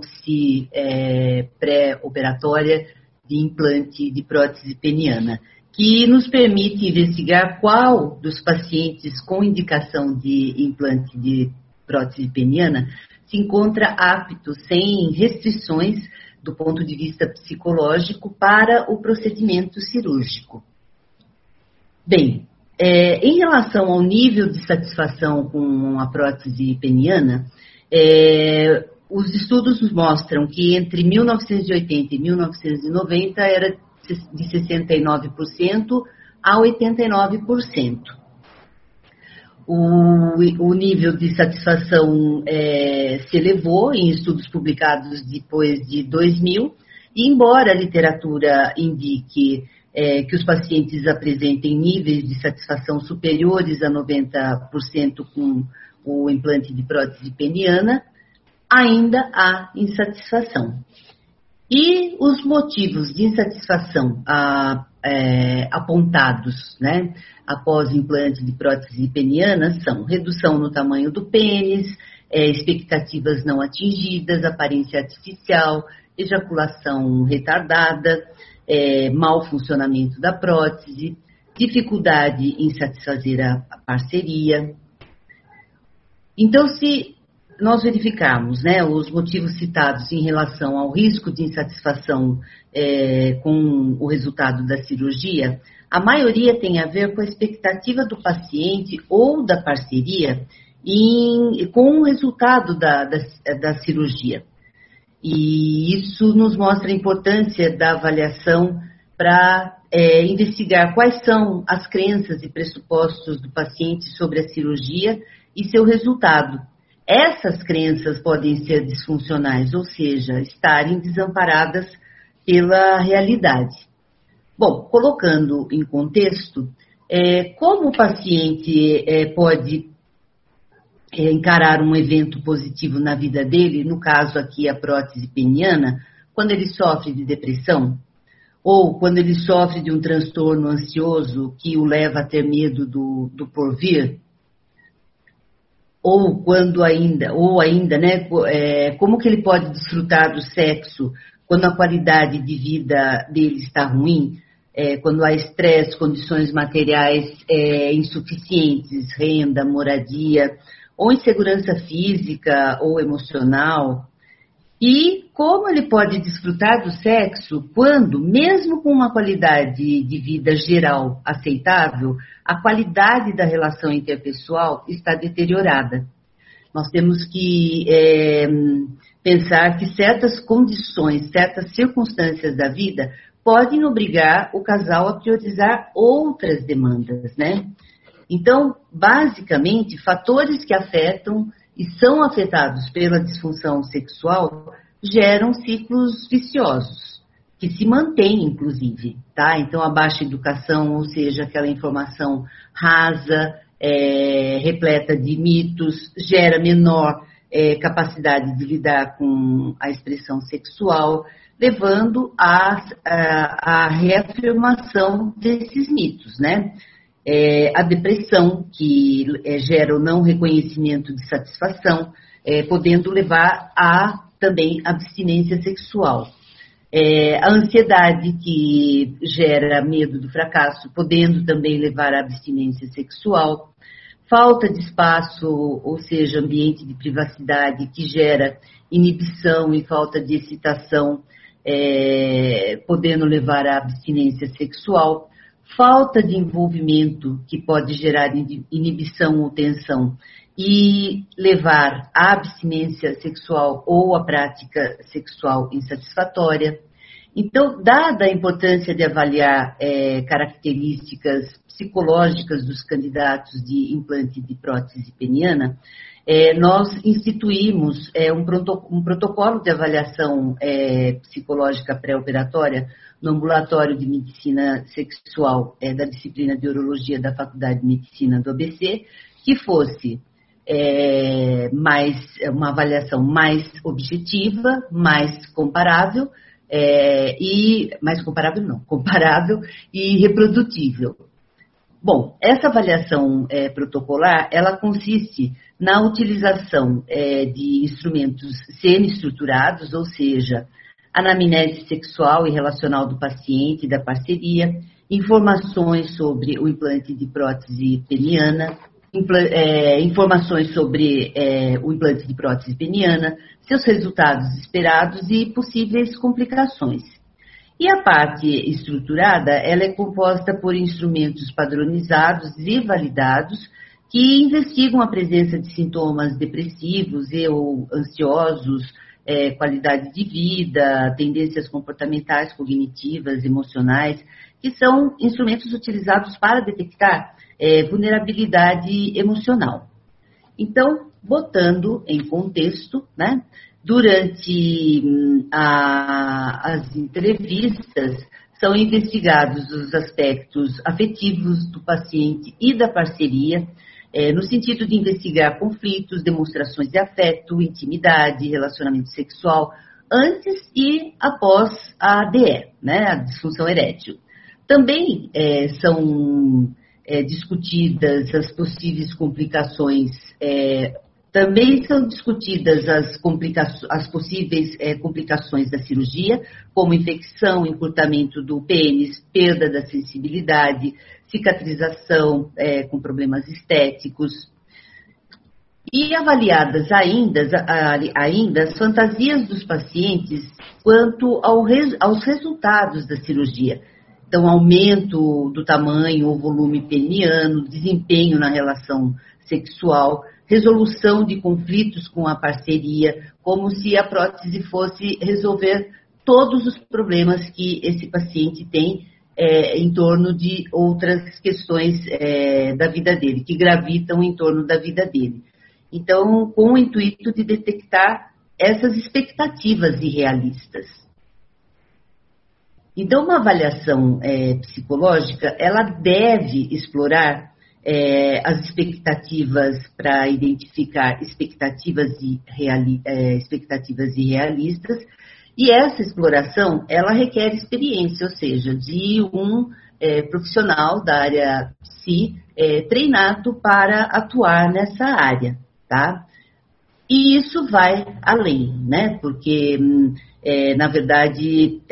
pré-operatória de implante de prótese peniana, que nos permite investigar qual dos pacientes com indicação de implante de prótese peniana se encontra apto, sem restrições do ponto de vista psicológico, para o procedimento cirúrgico. Bem, em relação ao nível de satisfação com a prótese peniana, os estudos nos mostram que entre 1980 e 1990 era de 69% a 89%. O nível de satisfação se elevou em estudos publicados depois de 2000, e embora a literatura indique que os pacientes apresentem níveis de satisfação superiores a 90% com o implante de prótese peniana, ainda há insatisfação. E os motivos de insatisfação apontados, né, após implante de prótese peniana são redução no tamanho do pênis, expectativas não atingidas, aparência artificial, ejaculação retardada, mau funcionamento da prótese, dificuldade em satisfazer a parceria. Então, se nós verificarmos, né, os motivos citados em relação ao risco de insatisfação com o resultado da cirurgia, a maioria tem a ver com a expectativa do paciente ou da parceria com o resultado da cirurgia. E isso nos mostra a importância da avaliação para investigar quais são as crenças e pressupostos do paciente sobre a cirurgia e seu resultado. Essas crenças podem ser disfuncionais, ou seja, estarem desamparadas pela realidade. Bom, colocando em contexto, como o paciente pode encarar um evento positivo na vida dele, no caso aqui a prótese peniana, quando ele sofre de depressão, ou quando ele sofre de um transtorno ansioso que o leva a ter medo do porvir, ou ainda, né, como que ele pode desfrutar do sexo quando a qualidade de vida dele está ruim, quando há estresse, condições materiais insuficientes, renda, moradia, ou insegurança física ou emocional. E como ele pode desfrutar do sexo quando, mesmo com uma qualidade de vida geral aceitável, a qualidade da relação interpessoal está deteriorada. Nós temos que pensar que certas condições, certas circunstâncias da vida podem obrigar o casal a priorizar outras demandas, né? Então, basicamente, fatores que afetam e são afetados pela disfunção sexual geram ciclos viciosos, que se mantêm, inclusive, tá? Então, a baixa educação, ou seja, aquela informação rasa, repleta de mitos, gera menor capacidade de lidar com a expressão sexual, levando à reafirmação desses mitos, né? A depressão, que gera o não reconhecimento de satisfação, podendo levar a também abstinência sexual. A ansiedade, que gera medo do fracasso, podendo também levar à abstinência sexual. Falta de espaço, ou seja, ambiente de privacidade, que gera inibição e falta de excitação, podendo levar à abstinência sexual. Falta de envolvimento, que pode gerar inibição ou tensão e levar à abstinência sexual ou à prática sexual insatisfatória. Então, dada a importância de avaliar características psicológicas dos candidatos de implante de prótese peniana, nós instituímos um protocolo de avaliação psicológica pré-operatória no ambulatório de medicina sexual da disciplina de urologia da Faculdade de Medicina do ABC, que fosse uma avaliação mais objetiva, mais comparável, comparável e reprodutível. Bom, essa avaliação protocolar, ela consiste na utilização de instrumentos semi-estruturados, ou seja, anamnese sexual e relacional do paciente e da parceria, informações sobre o implante de prótese peniana, informações sobre o implante de prótese peniana, seus resultados esperados e possíveis complicações. E a parte estruturada, ela é composta por instrumentos padronizados e validados que investigam a presença de sintomas depressivos ou ansiosos, qualidade de vida, tendências comportamentais, cognitivas, emocionais, que são instrumentos utilizados para detectar vulnerabilidade emocional. Então, botando em contexto, né, durante as entrevistas, são investigados os aspectos afetivos do paciente e da parceria, no sentido de investigar conflitos, demonstrações de afeto, intimidade, relacionamento sexual, antes e após a DE, né, a disfunção erétil. Também são discutidas as possíveis complicações, também são discutidas as possíveis complicações da cirurgia, como infecção, encurtamento do pênis, perda da sensibilidade, cicatrização com problemas estéticos. E avaliadas ainda as fantasias dos pacientes quanto aos resultados da cirurgia, Então, aumento do tamanho ou volume peniano, desempenho na relação sexual, resolução de conflitos com a parceria, como se a prótese fosse resolver todos os problemas que esse paciente tem em torno de outras questões da vida dele, que gravitam em torno da vida dele. Então, com o intuito de detectar essas expectativas irrealistas. Então, uma avaliação psicológica, ela deve explorar as expectativas para identificar expectativas irrealistas, e essa exploração, ela requer experiência, ou seja, de um profissional da área psi treinado para atuar nessa área, tá? E isso vai além, né? Porque, na verdade,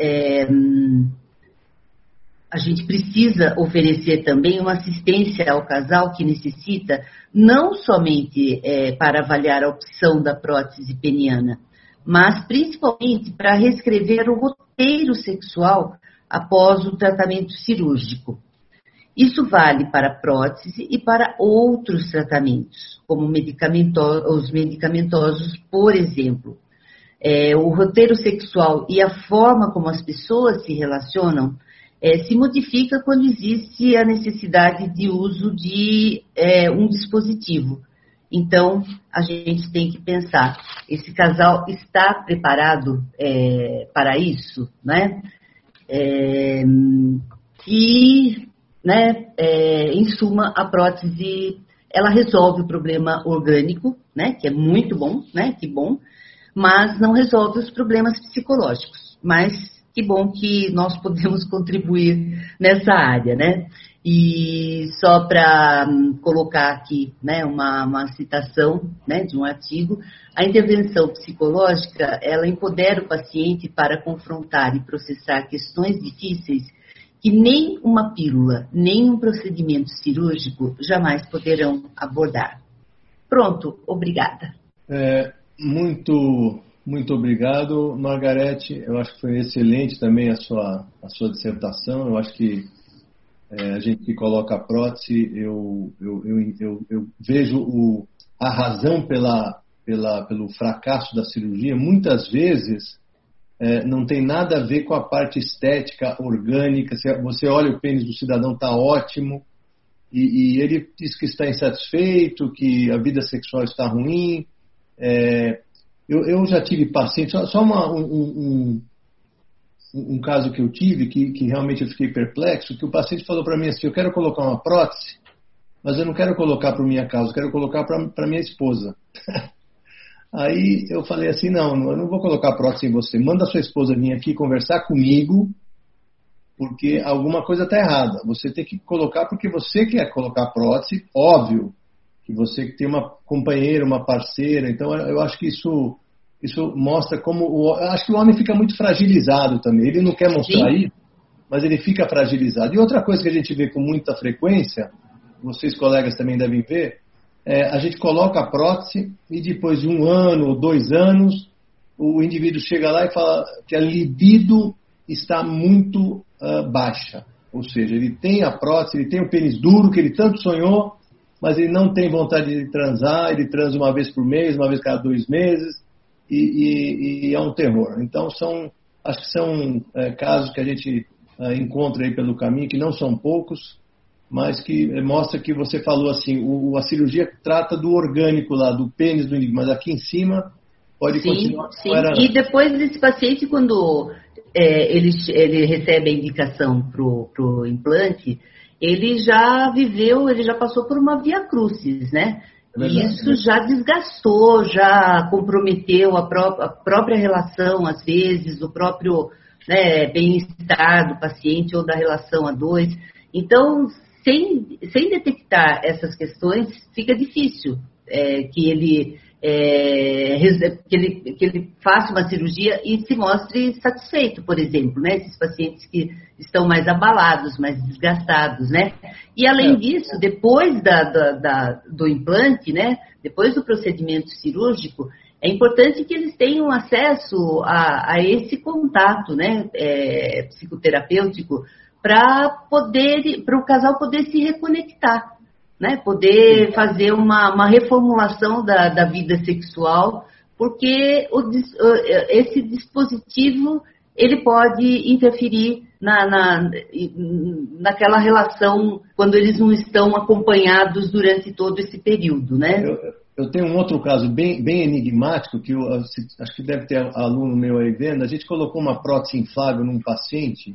a gente precisa oferecer também uma assistência ao casal que necessita, não somente para avaliar a opção da prótese peniana, mas principalmente para reescrever o roteiro sexual após o tratamento cirúrgico. Isso vale para a prótese e para outros tratamentos, como os medicamentosos, por exemplo. O roteiro sexual e a forma como as pessoas se relacionam se modifica quando existe a necessidade de uso de um dispositivo. Então, a gente tem que pensar, esse casal está preparado para isso, né? Em suma, a prótese, ela resolve o problema orgânico, né? Que é muito bom, né? Que bom, mas não resolve os problemas psicológicos. Mas que bom que nós podemos contribuir nessa área, né? E só para colocar aqui, né, uma citação, né, de um artigo, a intervenção psicológica, ela empodera o paciente para confrontar e processar questões difíceis que nem uma pílula, nem um procedimento cirúrgico jamais poderão abordar. Pronto, obrigada. Muito obrigado, Margarete. Eu acho que foi excelente também a sua dissertação. Eu acho que a gente que coloca a prótese, eu vejo a razão pelo fracasso da cirurgia, muitas vezes não tem nada a ver com a parte estética, orgânica. Você olha o pênis do cidadão, está ótimo, e ele diz que está insatisfeito, que a vida sexual está ruim. Eu já tive paciente, só um caso que eu tive, que realmente eu fiquei perplexo, que o paciente falou para mim assim: eu quero colocar uma prótese, mas eu não quero colocar por minha causa, eu quero colocar para minha esposa. Aí eu falei assim: não, eu não vou colocar prótese em você, manda a sua esposa vir aqui conversar comigo, porque alguma coisa está errada. Você tem que colocar porque você quer colocar prótese, óbvio, que você tem uma companheira, uma parceira. Então eu acho que isso mostra como... Eu acho que o homem fica muito fragilizado também. Ele não quer mostrar isso, mas ele fica fragilizado. E outra coisa que a gente vê com muita frequência, vocês colegas também devem ver, a gente coloca a prótese e depois de 1 ano ou 2 anos, o indivíduo chega lá e fala que a libido está muito baixa. Ou seja, ele tem a prótese, ele tem o pênis duro que ele tanto sonhou, mas ele não tem vontade de transar, ele transa uma vez por mês, uma vez cada 2 meses, e é um terror. Então, acho que são casos que a gente encontra aí pelo caminho, que não são poucos, mas que mostra que você falou assim, a cirurgia trata do orgânico lá, do pênis do indivíduo, mas aqui em cima pode continuar. Sim. E depois desse paciente, quando ele recebe a indicação para o implante, ele já passou por uma via crucis, né? E isso já desgastou, já comprometeu a própria relação, às vezes, o próprio bem-estar do paciente ou da relação a 2. Então, sem detectar essas questões, fica difícil que ele faça uma cirurgia e se mostre satisfeito, por exemplo, né? Esses pacientes que estão mais abalados, mais desgastados, né? E além disso, depois do implante, né? Depois do procedimento cirúrgico, é importante que eles tenham acesso a esse contato, né? Psicoterapêutico para o casal poder se reconectar, né? Poder fazer uma reformulação da vida sexual, porque esse dispositivo ele pode interferir naquela relação quando eles não estão acompanhados durante todo esse período, né? Eu tenho um outro caso bem enigmático, que acho que deve ter aluno meu aí vendo. A gente colocou uma prótese inflável num paciente,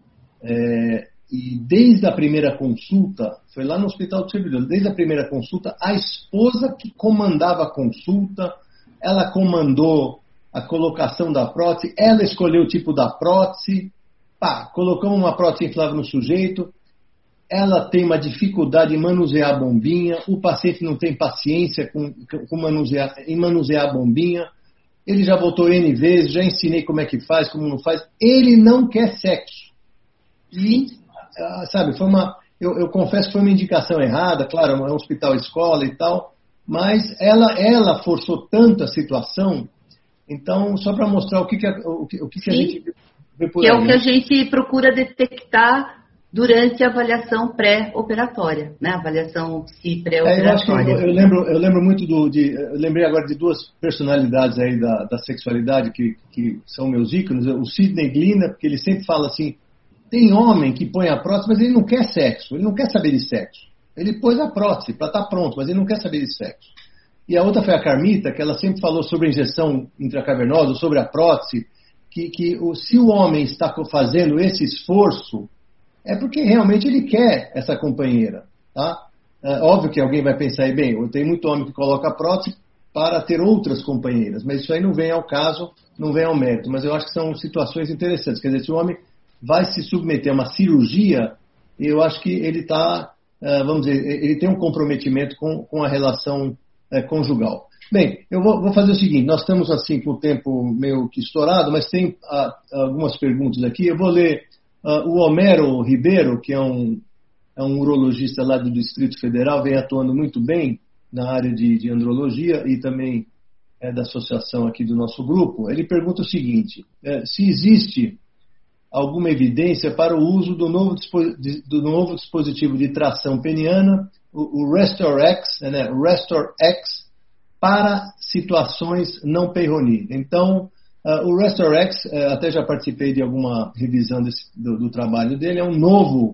e desde a primeira consulta, foi lá no Hospital do Servidor, desde a primeira consulta, a esposa que comandava a consulta, ela comandou a colocação da prótese, ela escolheu o tipo da prótese, colocamos uma prótese inflável no sujeito, ela tem uma dificuldade em manusear a bombinha, o paciente não tem paciência em manusear a bombinha, ele já voltou N vezes, já ensinei como é que faz, como não faz, ele não quer sexo. E, sabe, eu confesso que foi uma indicação errada, claro, é um hospital escola e tal, mas ela forçou tanto a situação, então, só para mostrar o que a gente vê por aí. Que é o que a gente procura detectar durante a avaliação pré-operatória, né? Avaliação pré-operatória. Eu lembro muito eu lembrei agora de duas personalidades aí da sexualidade que são meus ícones. O Sidney Glina, porque ele sempre fala assim, tem homem que põe a prótese, mas ele não quer sexo, ele não quer saber de sexo. Ele pôs a prótese para estar pronto, mas ele não quer saber de sexo. E a outra foi a Carmita, que ela sempre falou sobre a injeção intracavernosa, sobre a prótese, que se o homem está fazendo esse esforço, é porque realmente ele quer essa companheira, tá? Óbvio que alguém vai pensar aí, bem, tem muito homem que coloca a prótese para ter outras companheiras, mas isso aí não vem ao caso, não vem ao mérito, mas eu acho que são situações interessantes, quer dizer, se o homem vai se submeter a uma cirurgia, eu acho que ele está, vamos dizer, ele tem um comprometimento com a relação conjugal. Bem, eu vou fazer o seguinte, nós estamos assim com o tempo meio que estourado, mas tem algumas perguntas aqui, eu vou ler. O Homero Ribeiro, que é um urologista lá do Distrito Federal, vem atuando muito bem na área de andrologia e também é da associação aqui do nosso grupo. Ele pergunta o seguinte, se existe alguma evidência para o uso do novo dispositivo de tração peniana, o Restore X, né, Restore X, para situações não Peyronie. Então, o Restore X, até já participei de alguma revisão do trabalho dele, é um novo,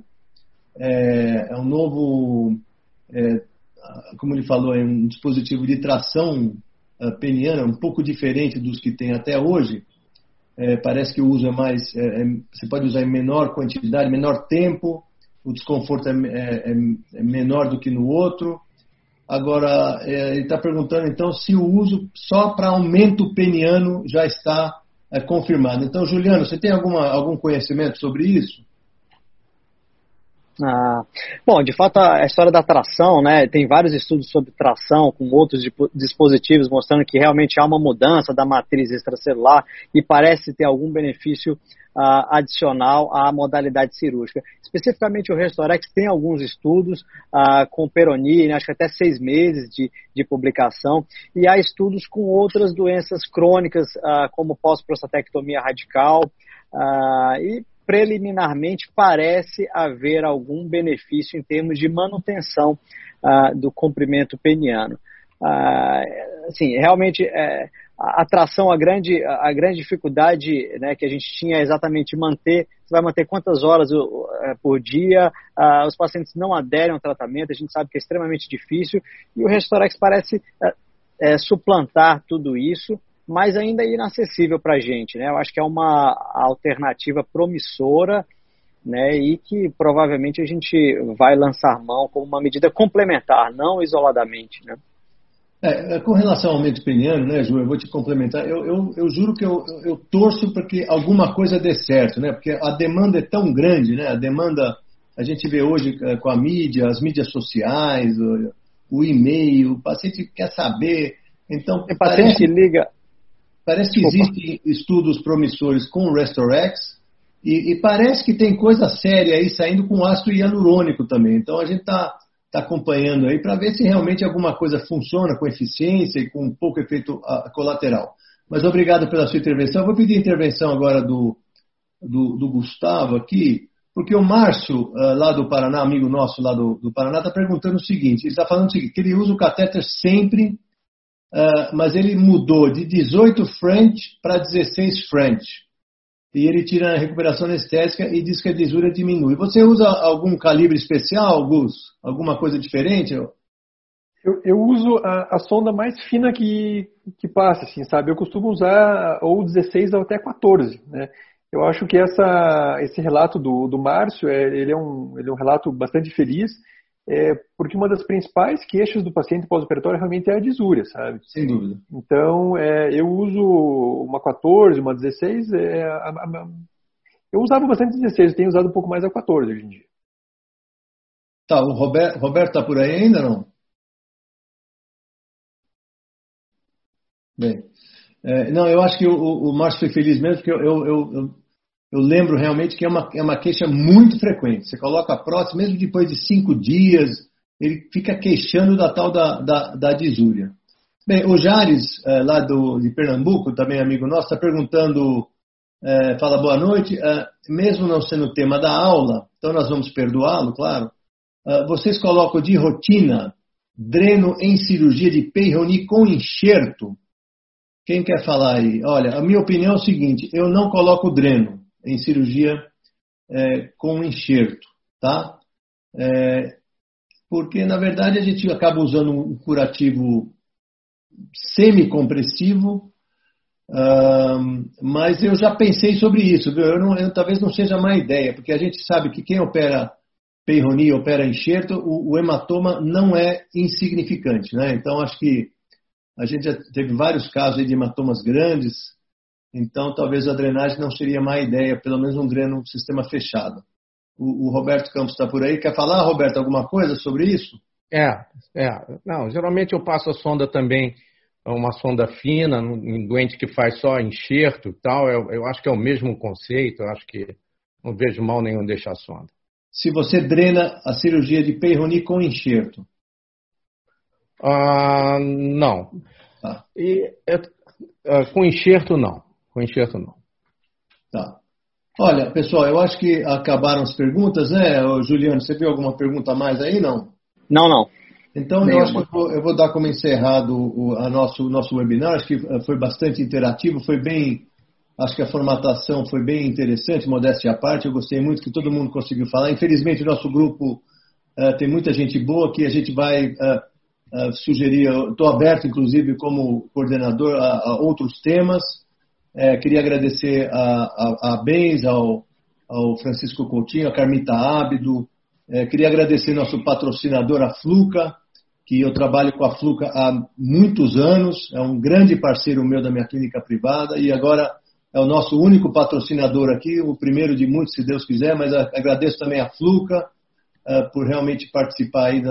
como ele falou, é um dispositivo de tração peniana, um pouco diferente dos que tem até hoje. Parece que o uso é mais, você pode usar em menor quantidade, menor tempo, o desconforto é menor do que no outro. Agora, ele está perguntando, então, se o uso só para aumento peniano já está confirmado. Então, Juliano, você tem algum conhecimento sobre isso? Bom, de fato, a história da tração, né, tem vários estudos sobre tração com outros dispositivos mostrando que realmente há uma mudança da matriz extracelular e parece ter algum benefício adicional à modalidade cirúrgica. Especificamente o Restorex tem alguns estudos com Peyronie, né, acho que até 6 meses de publicação, e há estudos com outras doenças crônicas, como pós-prostatectomia radical, e preliminarmente parece haver algum benefício em termos de manutenção do comprimento peniano. Assim, realmente a tração, a grande dificuldade, né, que a gente tinha é exatamente manter, você vai manter quantas horas por dia, os pacientes não aderem ao tratamento, a gente sabe que é extremamente difícil, e o Restorex parece suplantar tudo isso, mas ainda é inacessível para a gente, né? Eu acho que é uma alternativa promissora, né, e que provavelmente a gente vai lançar mão como uma medida complementar, não isoladamente, né? Com relação ao aumento peniano, né, Ju, eu vou te complementar. Eu juro que eu torço para que alguma coisa dê certo, né? Porque a demanda é tão grande, né? A demanda, a gente vê hoje com a mídia, as mídias sociais, o e-mail, o paciente quer saber. Então, tem paciente que liga. Parece que existem estudos promissores com o Restorex e parece que tem coisa séria aí saindo com ácido hialurônico também. Então a gente está acompanhando aí para ver se realmente alguma coisa funciona com eficiência e com pouco efeito colateral. Mas obrigado pela sua intervenção. Eu vou pedir a intervenção agora do Gustavo aqui, Porque o Márcio, lá do Paraná, amigo nosso lá do Paraná, está perguntando o seguinte, ele está falando o seguinte, que ele usa o catéter sempre, mas ele mudou de 18 French para 16 French. E ele tira a recuperação anestésica e diz que a desúria diminui. Você usa algum calibre especial, Gus? Alguma coisa diferente? Eu uso a sonda mais fina que passa, assim, sabe? Eu costumo usar ou 16 ou até 14, né? Eu acho que esse relato do Márcio, ele é um relato bastante feliz, porque uma das principais queixas do paciente pós-operatório realmente é a disúria, sabe? Sem dúvida. Então, eu uso uma 14, uma 16, eu usava bastante 16, eu tenho usado um pouco mais a 14 hoje em dia. Tá, o Roberto está por aí ainda, não? Bem, não, eu acho que o Márcio foi feliz mesmo, porque eu lembro realmente que é uma queixa muito frequente. Você coloca a prótese, mesmo depois de 5 dias, ele fica queixando da tal da disúria. Bem, o Jares, lá de Pernambuco, também amigo nosso, está perguntando, fala boa noite, mesmo não sendo o tema da aula, então nós vamos perdoá-lo, claro, vocês colocam de rotina dreno em cirurgia de Peyronie com enxerto? Quem quer falar aí? Olha, a minha opinião é o seguinte, eu não coloco dreno em cirurgia com enxerto, tá? Porque, na verdade, a gente acaba usando um curativo semicompressivo, mas eu já pensei sobre isso, viu? Talvez não seja má ideia, porque a gente sabe que quem opera Peyronie, opera enxerto, o hematoma não é insignificante, né? Então, acho que a gente já teve vários casos de hematomas grandes, então talvez a drenagem não seria má ideia, pelo menos um dreno sistema fechado. O Roberto Campos está por aí. Quer falar, Roberto, alguma coisa sobre isso? Não, geralmente eu passo a sonda também, uma sonda fina, em doente que faz só enxerto e tal. Eu acho que é o mesmo conceito, eu acho que não vejo mal nenhum deixar a sonda. Se você drena a cirurgia de Peyronie com enxerto? Não. Tá. Com enxerto, não. Com enxerto, não. Tá. Olha, pessoal, eu acho que acabaram as perguntas, né? Juliano, você viu alguma pergunta a mais aí, não? Não. Então, eu acho que eu vou dar como encerrado o nosso webinar. Acho que foi bastante interativo, foi bem... Acho que a formatação foi bem interessante, modéstia à parte. Eu gostei muito que todo mundo conseguiu falar. Infelizmente, o nosso grupo tem muita gente boa que a gente vai sugerir. Estou aberto, inclusive, como coordenador a outros temas. Queria agradecer a Benz, ao Francisco Coutinho, a Carmita Ábido. Queria agradecer nosso patrocinador, a Fluca, que eu trabalho com a Fluca há muitos anos. É um grande parceiro meu da minha clínica privada e agora é o nosso único patrocinador aqui, o primeiro de muitos, se Deus quiser, mas agradeço também a Fluca por realmente participar aí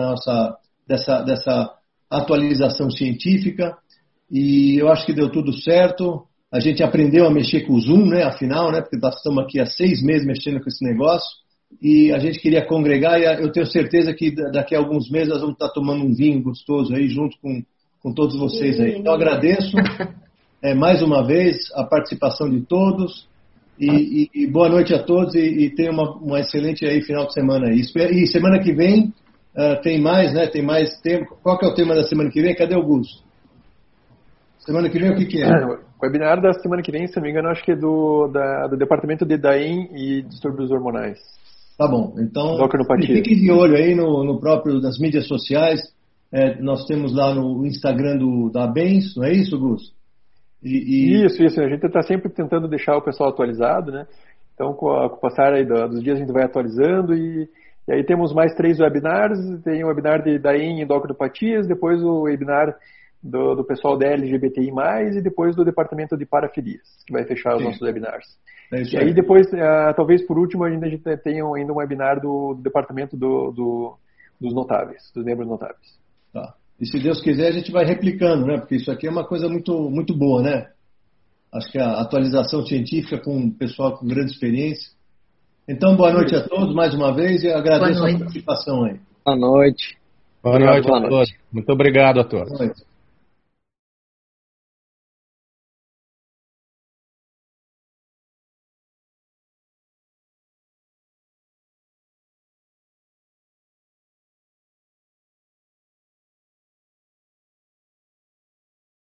dessa atualização científica. E eu acho que deu tudo certo. A gente aprendeu a mexer com o Zoom, né, afinal, né, porque nós estamos aqui há 6 meses mexendo com esse negócio. E a gente queria congregar, e eu tenho certeza que daqui a alguns meses nós vamos estar tomando um vinho gostoso aí, junto com todos vocês aí. Então, agradeço mais uma vez a participação de todos, e boa noite a todos, e tenham uma excelente aí final de semana aí. E semana que vem tem mais, né? Tem mais tempo. Qual que é o tema da semana que vem? Cadê o Augusto? Semana que vem o que é? O webinar da semana que vem, se não me engano, acho que é do Departamento de DAIM e Distúrbios Hormonais. Tá bom, então fiquem de olho aí no próprio, nas mídias sociais. Nós temos lá no Instagram da Bens, não é isso, Gus? Isso, a gente está sempre tentando deixar o pessoal atualizado, né? Então, com o passar aí dos dias, a gente vai atualizando e aí temos mais 3 webinars. Tem o webinar de DAIM e endocrinopatias, depois o webinar do pessoal da LGBTI+, e depois do Departamento de Parafilias, que vai fechar os nossos webinars. E aí depois, talvez por último, a gente tenha ainda um webinar do Departamento dos notáveis, dos membros notáveis. Tá. E se Deus quiser, a gente vai replicando, né? Porque isso aqui é uma coisa muito, muito boa, né? Acho que a atualização científica com o pessoal com grande experiência. Então, boa noite a todos mais uma vez e agradeço a participação aí. Boa noite. Boa noite a todos. Muito obrigado a todos. Boa noite.